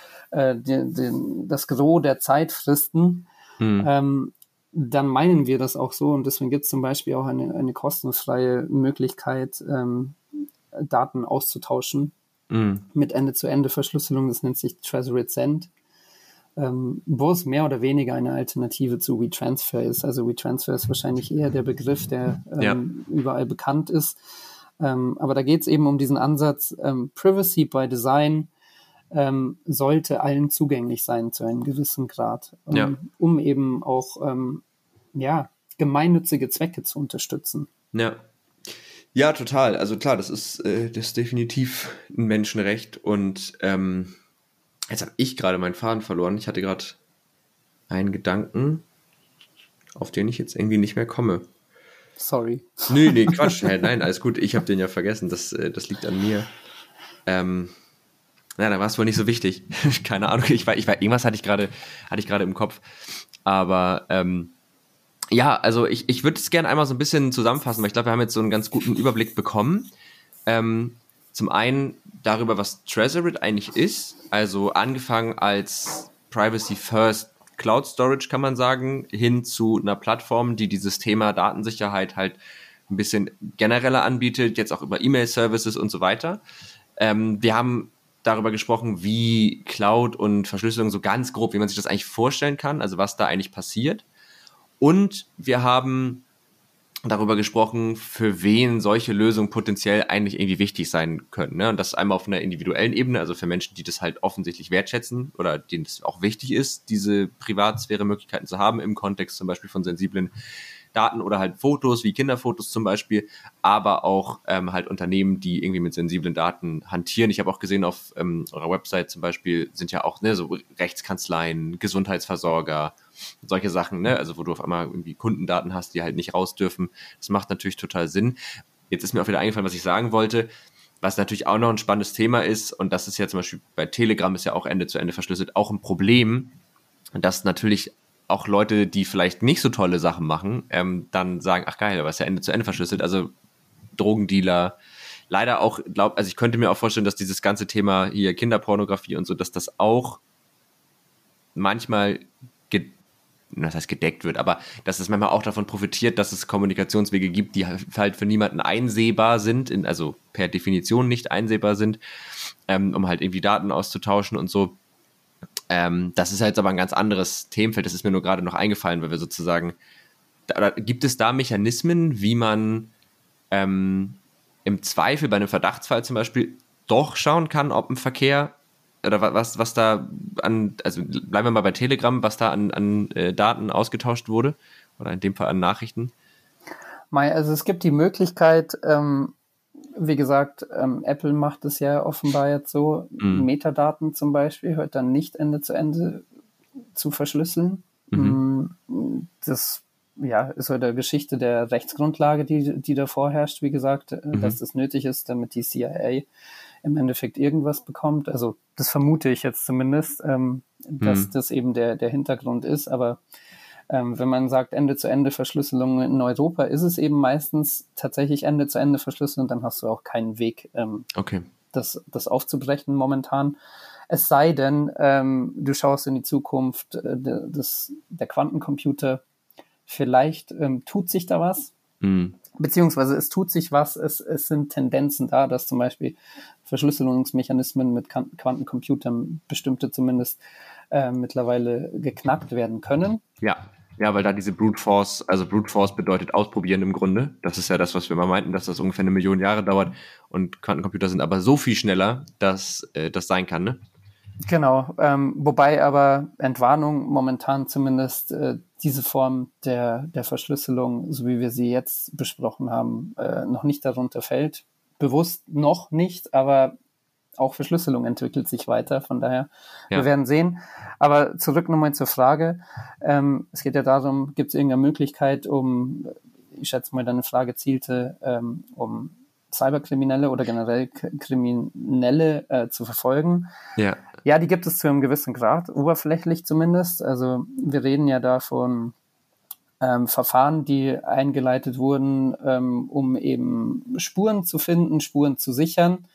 das Gros der Zeit fristen, dann meinen wir das auch so und deswegen gibt es zum Beispiel auch eine kostenfreie Möglichkeit, Daten auszutauschen mit Ende-zu-Ende-Verschlüsselung, das nennt sich Tresored Send, wo es mehr oder weniger eine Alternative zu WeTransfer ist. Also WeTransfer ist wahrscheinlich eher der Begriff, der überall bekannt ist, aber da geht es eben um diesen Ansatz, Privacy by Design sollte allen zugänglich sein zu einem gewissen Grad, um eben auch gemeinnützige Zwecke zu unterstützen. Ja, total. Also klar, das ist definitiv ein Menschenrecht und jetzt habe ich gerade meinen Faden verloren. Ich hatte gerade einen Gedanken, auf den ich jetzt irgendwie nicht mehr komme. Sorry. Nee, Quatsch. Nein, alles gut. Ich habe den ja vergessen. Das liegt an mir. Da war es wohl nicht so wichtig. Keine Ahnung. Ich war, irgendwas hatte ich gerade im Kopf. Aber also ich würde es gerne einmal so ein bisschen zusammenfassen, weil ich glaube, wir haben jetzt so einen ganz guten Überblick bekommen. Zum einen darüber, was Tresored eigentlich ist. Also angefangen als Privacy First Cloud Storage, kann man sagen, hin zu einer Plattform, die dieses Thema Datensicherheit halt ein bisschen genereller anbietet, jetzt auch über E-Mail-Services und so weiter. Wir haben darüber gesprochen, wie Cloud und Verschlüsselung so ganz grob, wie man sich das eigentlich vorstellen kann, also was da eigentlich passiert. Und wir haben darüber gesprochen, für wen solche Lösungen potenziell eigentlich irgendwie wichtig sein können. Ne? Und das einmal auf einer individuellen Ebene, also für Menschen, die das halt offensichtlich wertschätzen oder denen es auch wichtig ist, diese Privatsphäre-Möglichkeiten zu haben, im Kontext zum Beispiel von sensiblen Daten oder halt Fotos, wie Kinderfotos zum Beispiel, aber auch halt Unternehmen, die irgendwie mit sensiblen Daten hantieren. Ich habe auch gesehen, auf eurer Website zum Beispiel sind ja auch so Rechtskanzleien, Gesundheitsversorger, solche Sachen, ne? Also wo du auf einmal irgendwie Kundendaten hast, die halt nicht raus dürfen. Das macht natürlich total Sinn. jetzt ist mir auch wieder eingefallen, was ich sagen wollte, was natürlich auch noch ein spannendes Thema ist, und das ist ja zum Beispiel bei Telegram ist ja auch Ende-zu-Ende verschlüsselt, auch ein Problem, dass natürlich auch Leute, die vielleicht nicht so tolle Sachen machen, dann sagen, ach geil, aber ist ja Ende-zu-Ende verschlüsselt, also Drogendealer, leider auch, also ich könnte mir auch vorstellen, dass dieses ganze Thema hier Kinderpornografie und so, dass das auch manchmal das heißt gedeckt wird, aber dass es manchmal auch davon profitiert, dass es Kommunikationswege gibt, die halt für niemanden einsehbar sind, also per Definition nicht einsehbar sind, um halt irgendwie Daten auszutauschen und so. Das ist jetzt aber ein ganz anderes Themenfeld, das ist mir nur gerade noch eingefallen, weil wir sozusagen, oder gibt es da Mechanismen, wie man im Zweifel bei einem Verdachtsfall zum Beispiel doch schauen kann, ob ein Verkehr oder was da an, also bleiben wir mal bei Telegram, was da an Daten ausgetauscht wurde oder in dem Fall an Nachrichten? Also es gibt die Möglichkeit, wie gesagt, Apple macht es ja offenbar jetzt so, Metadaten zum Beispiel hört dann nicht Ende zu Ende zu verschlüsseln. Das ist so der Geschichte der Rechtsgrundlage, die da vorherrscht, wie gesagt, dass das nötig ist, damit die CIA im Endeffekt irgendwas bekommt. Also das vermute ich jetzt zumindest, dass das eben der Hintergrund ist. Aber wenn man sagt Ende-zu-Ende-Verschlüsselung in Europa, ist es eben meistens tatsächlich Ende-zu-Ende-Verschlüsselung, dann hast du auch keinen Weg, das aufzubrechen momentan. Es sei denn, du schaust in die Zukunft der Quantencomputer, vielleicht tut sich da was. Beziehungsweise es tut sich was, es sind Tendenzen da, dass zum Beispiel Verschlüsselungsmechanismen mit Quantencomputern bestimmte zumindest mittlerweile geknackt werden können. Ja, weil da diese Brute Force bedeutet ausprobieren im Grunde. Das ist ja das, was wir mal meinten, dass das ungefähr 1 Million Jahre dauert und Quantencomputer sind aber so viel schneller, dass das sein kann, ne? Genau, wobei aber Entwarnung momentan zumindest diese Form der Verschlüsselung, so wie wir sie jetzt besprochen haben, noch nicht darunter fällt. Bewusst noch nicht, aber auch Verschlüsselung entwickelt sich weiter, von daher, wir werden sehen. Aber zurück nochmal zur Frage. Es geht ja darum, gibt es irgendeine Möglichkeit, ich schätze mal, deine Frage zielte, um Cyberkriminelle oder generell Kriminelle zu verfolgen. Ja, die gibt es zu einem gewissen Grad, oberflächlich zumindest. Also wir reden ja da von Verfahren, die eingeleitet wurden, um eben Spuren zu finden, Spuren zu sichern.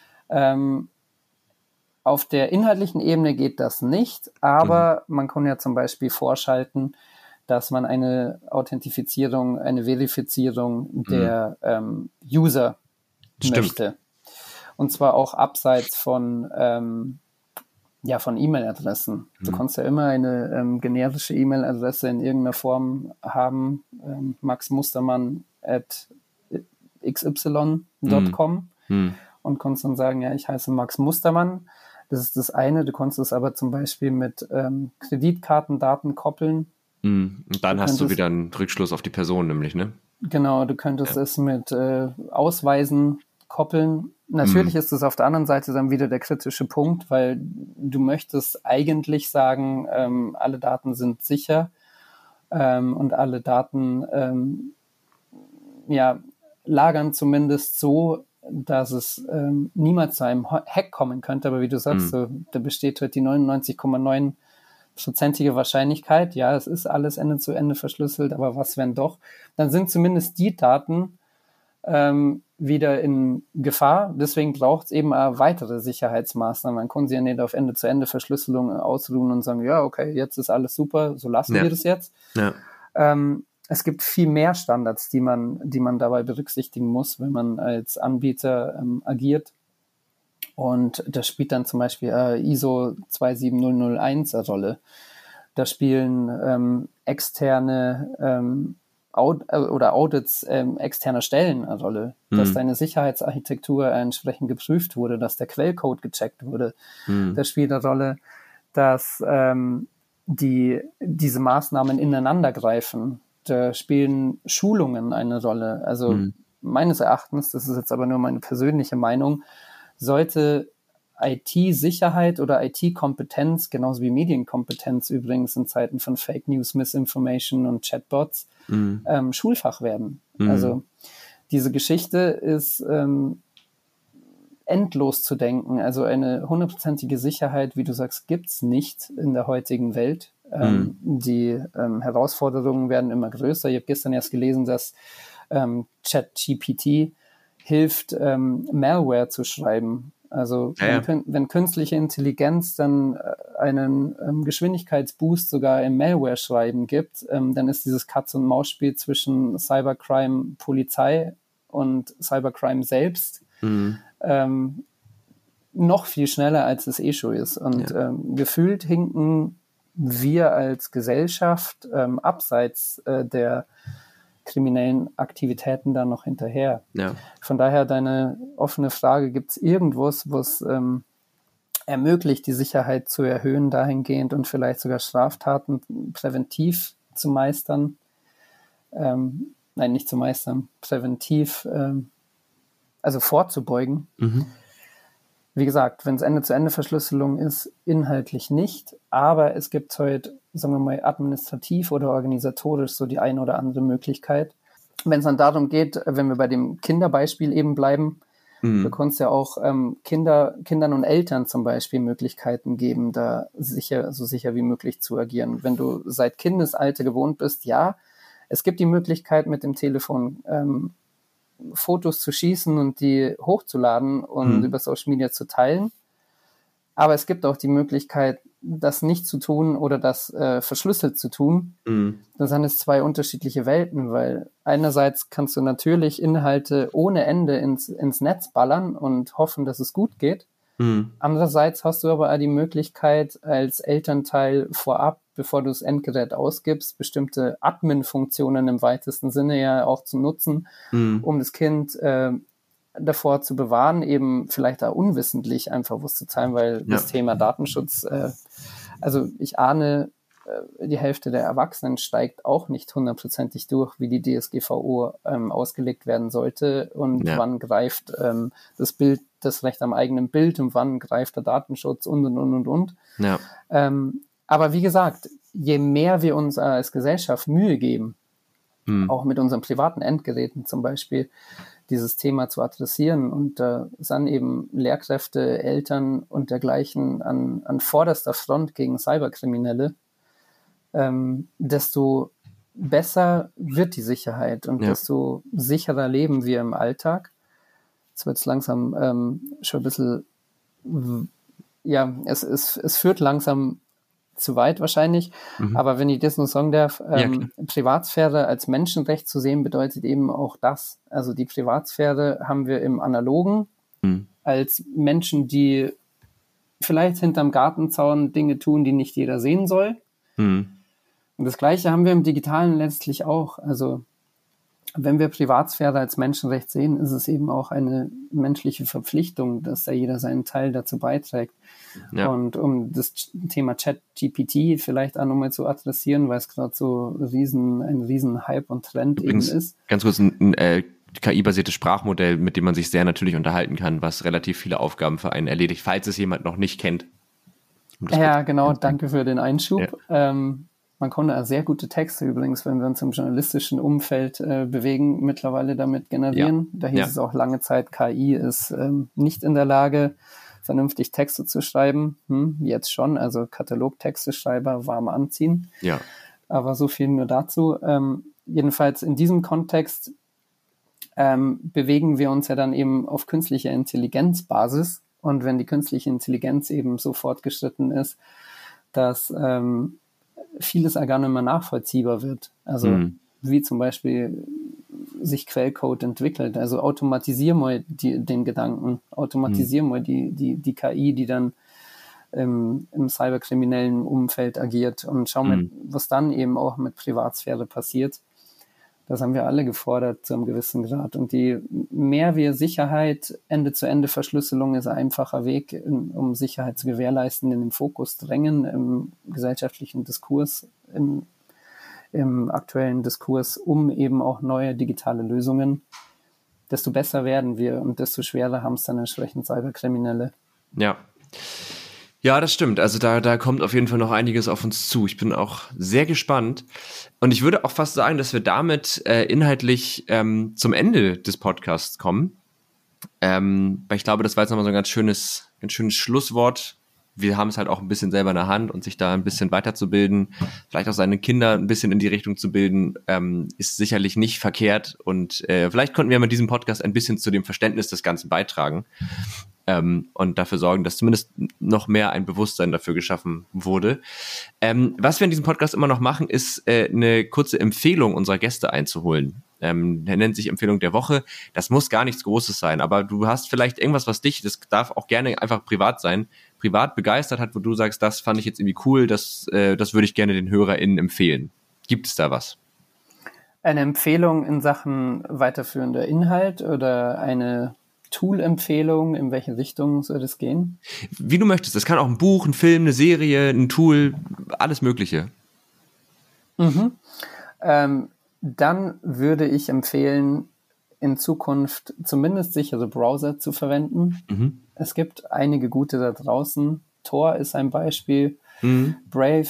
Auf der inhaltlichen Ebene geht das nicht, aber man kann ja zum Beispiel vorschalten, dass man eine Authentifizierung, eine Verifizierung der User möchte. Und zwar auch abseits von E-Mail-Adressen. Du kannst ja immer eine generische E-Mail-Adresse in irgendeiner Form haben, maxmustermann@xy.com und kannst dann sagen, ja, ich heiße Max Mustermann. Das ist das eine. Du kannst es aber zum Beispiel mit Kreditkartendaten koppeln. Und dann hast du wieder einen Rückschluss auf die Person nämlich, ne? Genau, du könntest es mit Ausweisen koppeln. Natürlich ist es auf der anderen Seite dann wieder der kritische Punkt, weil du möchtest eigentlich sagen, alle Daten sind sicher und alle Daten lagern zumindest so, dass es niemals zu einem Hack kommen könnte. Aber wie du sagst, da besteht halt die 99,9%ige Wahrscheinlichkeit. Ja, es ist alles Ende zu Ende verschlüsselt, aber was wenn doch? Dann sind zumindest die Daten wieder in Gefahr. Deswegen braucht es eben auch weitere Sicherheitsmaßnahmen. Man kann sie ja nicht auf Ende-zu-Ende-Verschlüsselung ausruhen und sagen, ja, okay, jetzt ist alles super, so lassen wir das jetzt. Ja. Es gibt viel mehr Standards, die man dabei berücksichtigen muss, wenn man als Anbieter agiert. Und das spielt dann zum Beispiel ISO 27001 eine Rolle. Da spielen externe Audits externer Stellen eine Rolle, dass deine Sicherheitsarchitektur entsprechend geprüft wurde, dass der Quellcode gecheckt wurde. Das spielt eine Rolle, dass diese Maßnahmen ineinander greifen. Da spielen Schulungen eine Rolle. Also meines Erachtens, das ist jetzt aber nur meine persönliche Meinung, sollte IT-Sicherheit oder IT-Kompetenz, genauso wie Medienkompetenz übrigens in Zeiten von Fake News, Misinformation und Chatbots, Schulfach werden. Also diese Geschichte ist endlos zu denken. Also eine 100%ige Sicherheit, wie du sagst, gibt es nicht in der heutigen Welt. Die Herausforderungen werden immer größer. Ich habe gestern erst gelesen, dass ChatGPT hilft, Malware zu schreiben. Also wenn künstliche Intelligenz dann einen Geschwindigkeitsboost sogar im Malware-Schreiben gibt, dann ist dieses Katz-und-Maus-Spiel zwischen Cybercrime, Polizei und Cybercrime selbst noch viel schneller, als es schon ist. Und gefühlt hinken wir als Gesellschaft abseits der kriminellen Aktivitäten da noch hinterher. Ja. Von daher deine offene Frage, gibt es irgendwas, was ermöglicht, die Sicherheit zu erhöhen dahingehend und vielleicht sogar Straftaten präventiv zu meistern? Nein, nicht zu meistern, präventiv, also vorzubeugen. Wie gesagt, wenn es Ende-zu-Ende-Verschlüsselung ist, inhaltlich nicht, aber es gibt heute, sagen wir mal, administrativ oder organisatorisch so die eine oder andere Möglichkeit. Wenn es dann darum geht, wenn wir bei dem Kinderbeispiel eben bleiben, du kannst ja auch Kindern und Eltern zum Beispiel Möglichkeiten geben, da so sicher wie möglich zu agieren. Wenn du seit Kindesalter gewohnt bist, ja, es gibt die Möglichkeit mit dem Telefon Fotos zu schießen und die hochzuladen und über Social Media zu teilen. Aber es gibt auch die Möglichkeit, das nicht zu tun oder das verschlüsselt zu tun. Das sind es zwei unterschiedliche Welten, weil einerseits kannst du natürlich Inhalte ohne Ende ins Netz ballern und hoffen, dass es gut geht. Andererseits hast du aber auch die Möglichkeit, als Elternteil vorab, bevor du das Endgerät ausgibst, bestimmte Admin-Funktionen im weitesten Sinne ja auch zu nutzen, um das Kind davor zu bewahren, eben vielleicht auch unwissentlich einfach was zu zeigen, weil das Thema Datenschutz, also ich ahne, die Hälfte der Erwachsenen steigt auch nicht 100%ig durch, wie die DSGVO ausgelegt werden sollte und wann greift das Recht am eigenen Bild und wann greift der Datenschutz und. Ja. Aber wie gesagt, je mehr wir uns als Gesellschaft Mühe geben, auch mit unseren privaten Endgeräten zum Beispiel, dieses Thema zu adressieren und sind eben Lehrkräfte, Eltern und dergleichen an vorderster Front gegen Cyberkriminelle, desto besser wird die Sicherheit und desto sicherer leben wir im Alltag. Jetzt wird es langsam schon ein bisschen, es führt langsam zu weit wahrscheinlich, aber wenn ich das nur sagen darf, Privatsphäre als Menschenrecht zu sehen, bedeutet eben auch das. Also die Privatsphäre haben wir im Analogen als Menschen, die vielleicht hinterm Gartenzaun Dinge tun, die nicht jeder sehen soll. Und das Gleiche haben wir im Digitalen letztlich auch. Also wenn wir Privatsphäre als Menschenrecht sehen, ist es eben auch eine menschliche Verpflichtung, dass da jeder seinen Teil dazu beiträgt. Ja. Und um das Thema ChatGPT vielleicht auch nochmal zu adressieren, weil es gerade so ein riesen Hype und Trend übrigens eben ist. Ganz kurz, ein KI-basiertes Sprachmodell, mit dem man sich sehr natürlich unterhalten kann, was relativ viele Aufgaben für einen erledigt, falls es jemand noch nicht kennt. Ja, genau, danke für den Einschub. Ja. Man konnte sehr gute Texte übrigens, wenn wir uns im journalistischen Umfeld bewegen, mittlerweile damit generieren. Ja. Da hieß es auch lange Zeit, KI ist nicht in der Lage, vernünftig Texte zu schreiben. Jetzt schon, also Katalogtexteschreiber warm anziehen. Ja. Aber so viel nur dazu. Jedenfalls in diesem Kontext bewegen wir uns ja dann eben auf künstlicher Intelligenzbasis. Und wenn die künstliche Intelligenz eben so fortgeschritten ist, dass vieles gar nicht mehr nachvollziehbar wird. Also wie zum Beispiel sich Quellcode entwickelt. Also automatisier mal den Gedanken, automatisier mal die KI, die dann im cyberkriminellen Umfeld agiert und schau mal, was dann eben auch mit Privatsphäre passiert. Das haben wir alle gefordert zu einem gewissen Grad. Und je mehr wir Sicherheit, Ende-zu-Ende-Verschlüsselung ist ein einfacher Weg, um Sicherheit zu gewährleisten, in den Fokus drängen im gesellschaftlichen Diskurs, im aktuellen Diskurs, um eben auch neue digitale Lösungen, desto besser werden wir und desto schwerer haben es dann entsprechend Cyberkriminelle. Ja. Ja, das stimmt. Also da kommt auf jeden Fall noch einiges auf uns zu. Ich bin auch sehr gespannt. Und ich würde auch fast sagen, dass wir damit inhaltlich zum Ende des Podcasts kommen. Weil ich glaube, das war jetzt nochmal so ein ganz schönes Schlusswort. Wir haben es halt auch ein bisschen selber in der Hand und sich da ein bisschen weiterzubilden, vielleicht auch seine Kinder ein bisschen in die Richtung zu bilden, ist sicherlich nicht verkehrt. Und vielleicht konnten wir mit diesem Podcast ein bisschen zu dem Verständnis des Ganzen beitragen. Und dafür sorgen, dass zumindest noch mehr ein Bewusstsein dafür geschaffen wurde. Was wir in diesem Podcast immer noch machen, ist eine kurze Empfehlung unserer Gäste einzuholen. Der nennt sich Empfehlung der Woche. Das muss gar nichts Großes sein, aber du hast vielleicht irgendwas, was dich, das darf auch gerne einfach privat sein, privat begeistert hat, wo du sagst, das fand ich jetzt irgendwie cool, das würde ich gerne den HörerInnen empfehlen. Gibt es da was? Eine Empfehlung in Sachen weiterführender Inhalt oder eine Tool-Empfehlung, in welche Richtung soll das gehen? Wie du möchtest. Das kann auch ein Buch, ein Film, eine Serie, ein Tool, alles Mögliche. Dann würde ich empfehlen, in Zukunft zumindest sichere Browser zu verwenden. Es gibt einige gute da draußen. Tor ist ein Beispiel. Brave.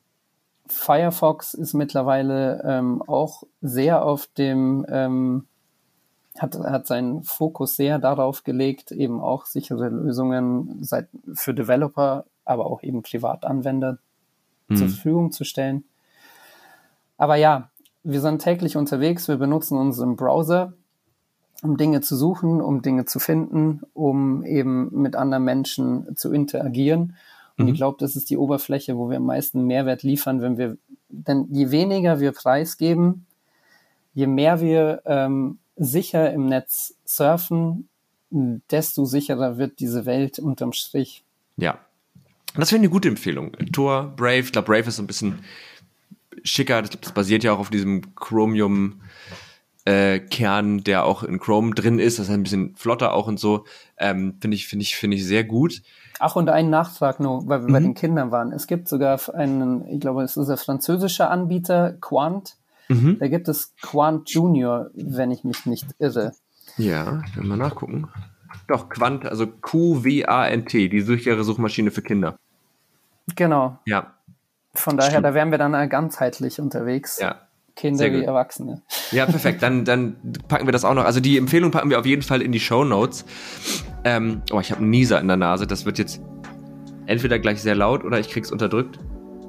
Firefox ist mittlerweile auch sehr auf dem hat seinen Fokus sehr darauf gelegt, eben auch sichere Lösungen für Developer, aber auch eben Privatanwender zur Verfügung zu stellen. Aber ja, wir sind täglich unterwegs, wir benutzen unseren Browser, um Dinge zu suchen, um Dinge zu finden, um eben mit anderen Menschen zu interagieren. Und ich glaube, das ist die Oberfläche, wo wir am meisten Mehrwert liefern, denn je weniger wir preisgeben, je mehr wir sicher im Netz surfen, desto sicherer wird diese Welt unterm Strich. Ja, das wäre eine gute Empfehlung. Tor, Brave, ich glaube, Brave ist so ein bisschen schicker, das basiert ja auch auf diesem Chromium Kern, der auch in Chrome drin ist, das ist ein bisschen flotter auch und so, finde ich sehr gut. Ach, und einen Nachtrag nur, weil wir bei den Kindern waren. Es gibt sogar ich glaube, es ist ein französischer Anbieter, Qwant. Da gibt es Qwant Junior, wenn ich mich nicht irre. Ja, können wir nachgucken. Doch, Qwant, also Q-W-A-N-T, die sichere Suchmaschine für Kinder. Genau. Ja. Von daher, da wären wir dann ganzheitlich unterwegs. Ja. Kinder wie Erwachsene. Ja, perfekt. Dann packen wir das auch noch. Also die Empfehlung packen wir auf jeden Fall in die Shownotes. Ich habe einen Nieser in der Nase. Das wird jetzt entweder gleich sehr laut oder ich krieg's unterdrückt.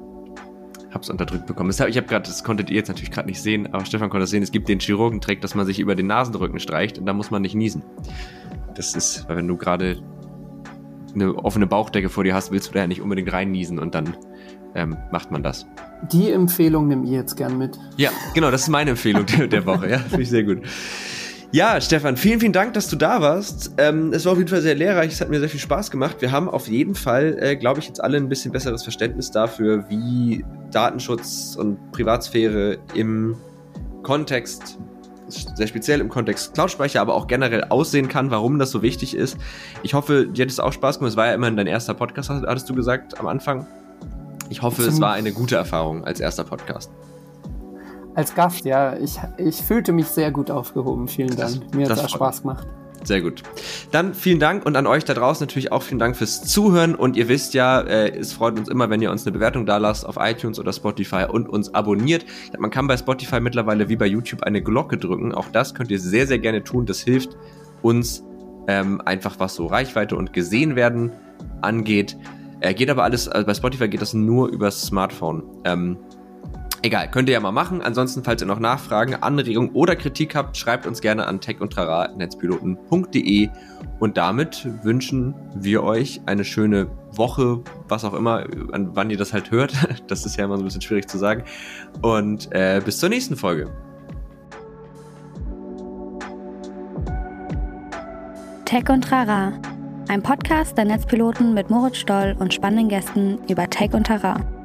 Hab's unterdrückt bekommen. Das konntet ihr jetzt natürlich gerade nicht sehen, aber Stefan konnte es sehen. Es gibt den Chirurgentrick, dass man sich über den Nasenrücken streicht und da muss man nicht niesen. Das ist, weil wenn du gerade eine offene Bauchdecke vor dir hast, willst du da ja nicht unbedingt reinniesen und dann macht man das. Die Empfehlung nehme ich jetzt gern mit. Ja, genau, das ist meine Empfehlung der Woche. Ja, finde ich sehr gut. Ja, Stefan, vielen, vielen Dank, dass du da warst. Es war auf jeden Fall sehr lehrreich, es hat mir sehr viel Spaß gemacht. Wir haben auf jeden Fall, glaube ich, jetzt alle ein bisschen besseres Verständnis dafür, wie Datenschutz und Privatsphäre im Kontext, sehr speziell im Kontext Cloud-Speicher, aber auch generell aussehen kann, warum das so wichtig ist. Ich hoffe, dir hat es auch Spaß gemacht. Es war ja immerhin dein erster Podcast, hattest du gesagt am Anfang. Ich hoffe, es war eine gute Erfahrung als erster Podcast. Als Gast, ja. Ich fühlte mich sehr gut aufgehoben. Vielen Dank. Mir hat es auch Spaß gemacht. Sehr gut. Dann vielen Dank und an euch da draußen natürlich auch vielen Dank fürs Zuhören. Und ihr wisst ja, es freut uns immer, wenn ihr uns eine Bewertung da lasst auf iTunes oder Spotify und uns abonniert. Man kann bei Spotify mittlerweile wie bei YouTube eine Glocke drücken. Auch das könnt ihr sehr, sehr gerne tun. Das hilft uns einfach, was so Reichweite und gesehen werden angeht. Geht aber alles, also bei Spotify geht das nur übers Smartphone. Egal, könnt ihr ja mal machen. Ansonsten, falls ihr noch Nachfragen, Anregungen oder Kritik habt, schreibt uns gerne an techundtrara@netzpiloten.de. Und damit wünschen wir euch eine schöne Woche, was auch immer, an wann ihr das halt hört. Das ist ja immer so ein bisschen schwierig zu sagen. Und bis zur nächsten Folge. Tech und Trara, ein Podcast der Netzpiloten mit Moritz Stoll und spannenden Gästen über Tech und Trara.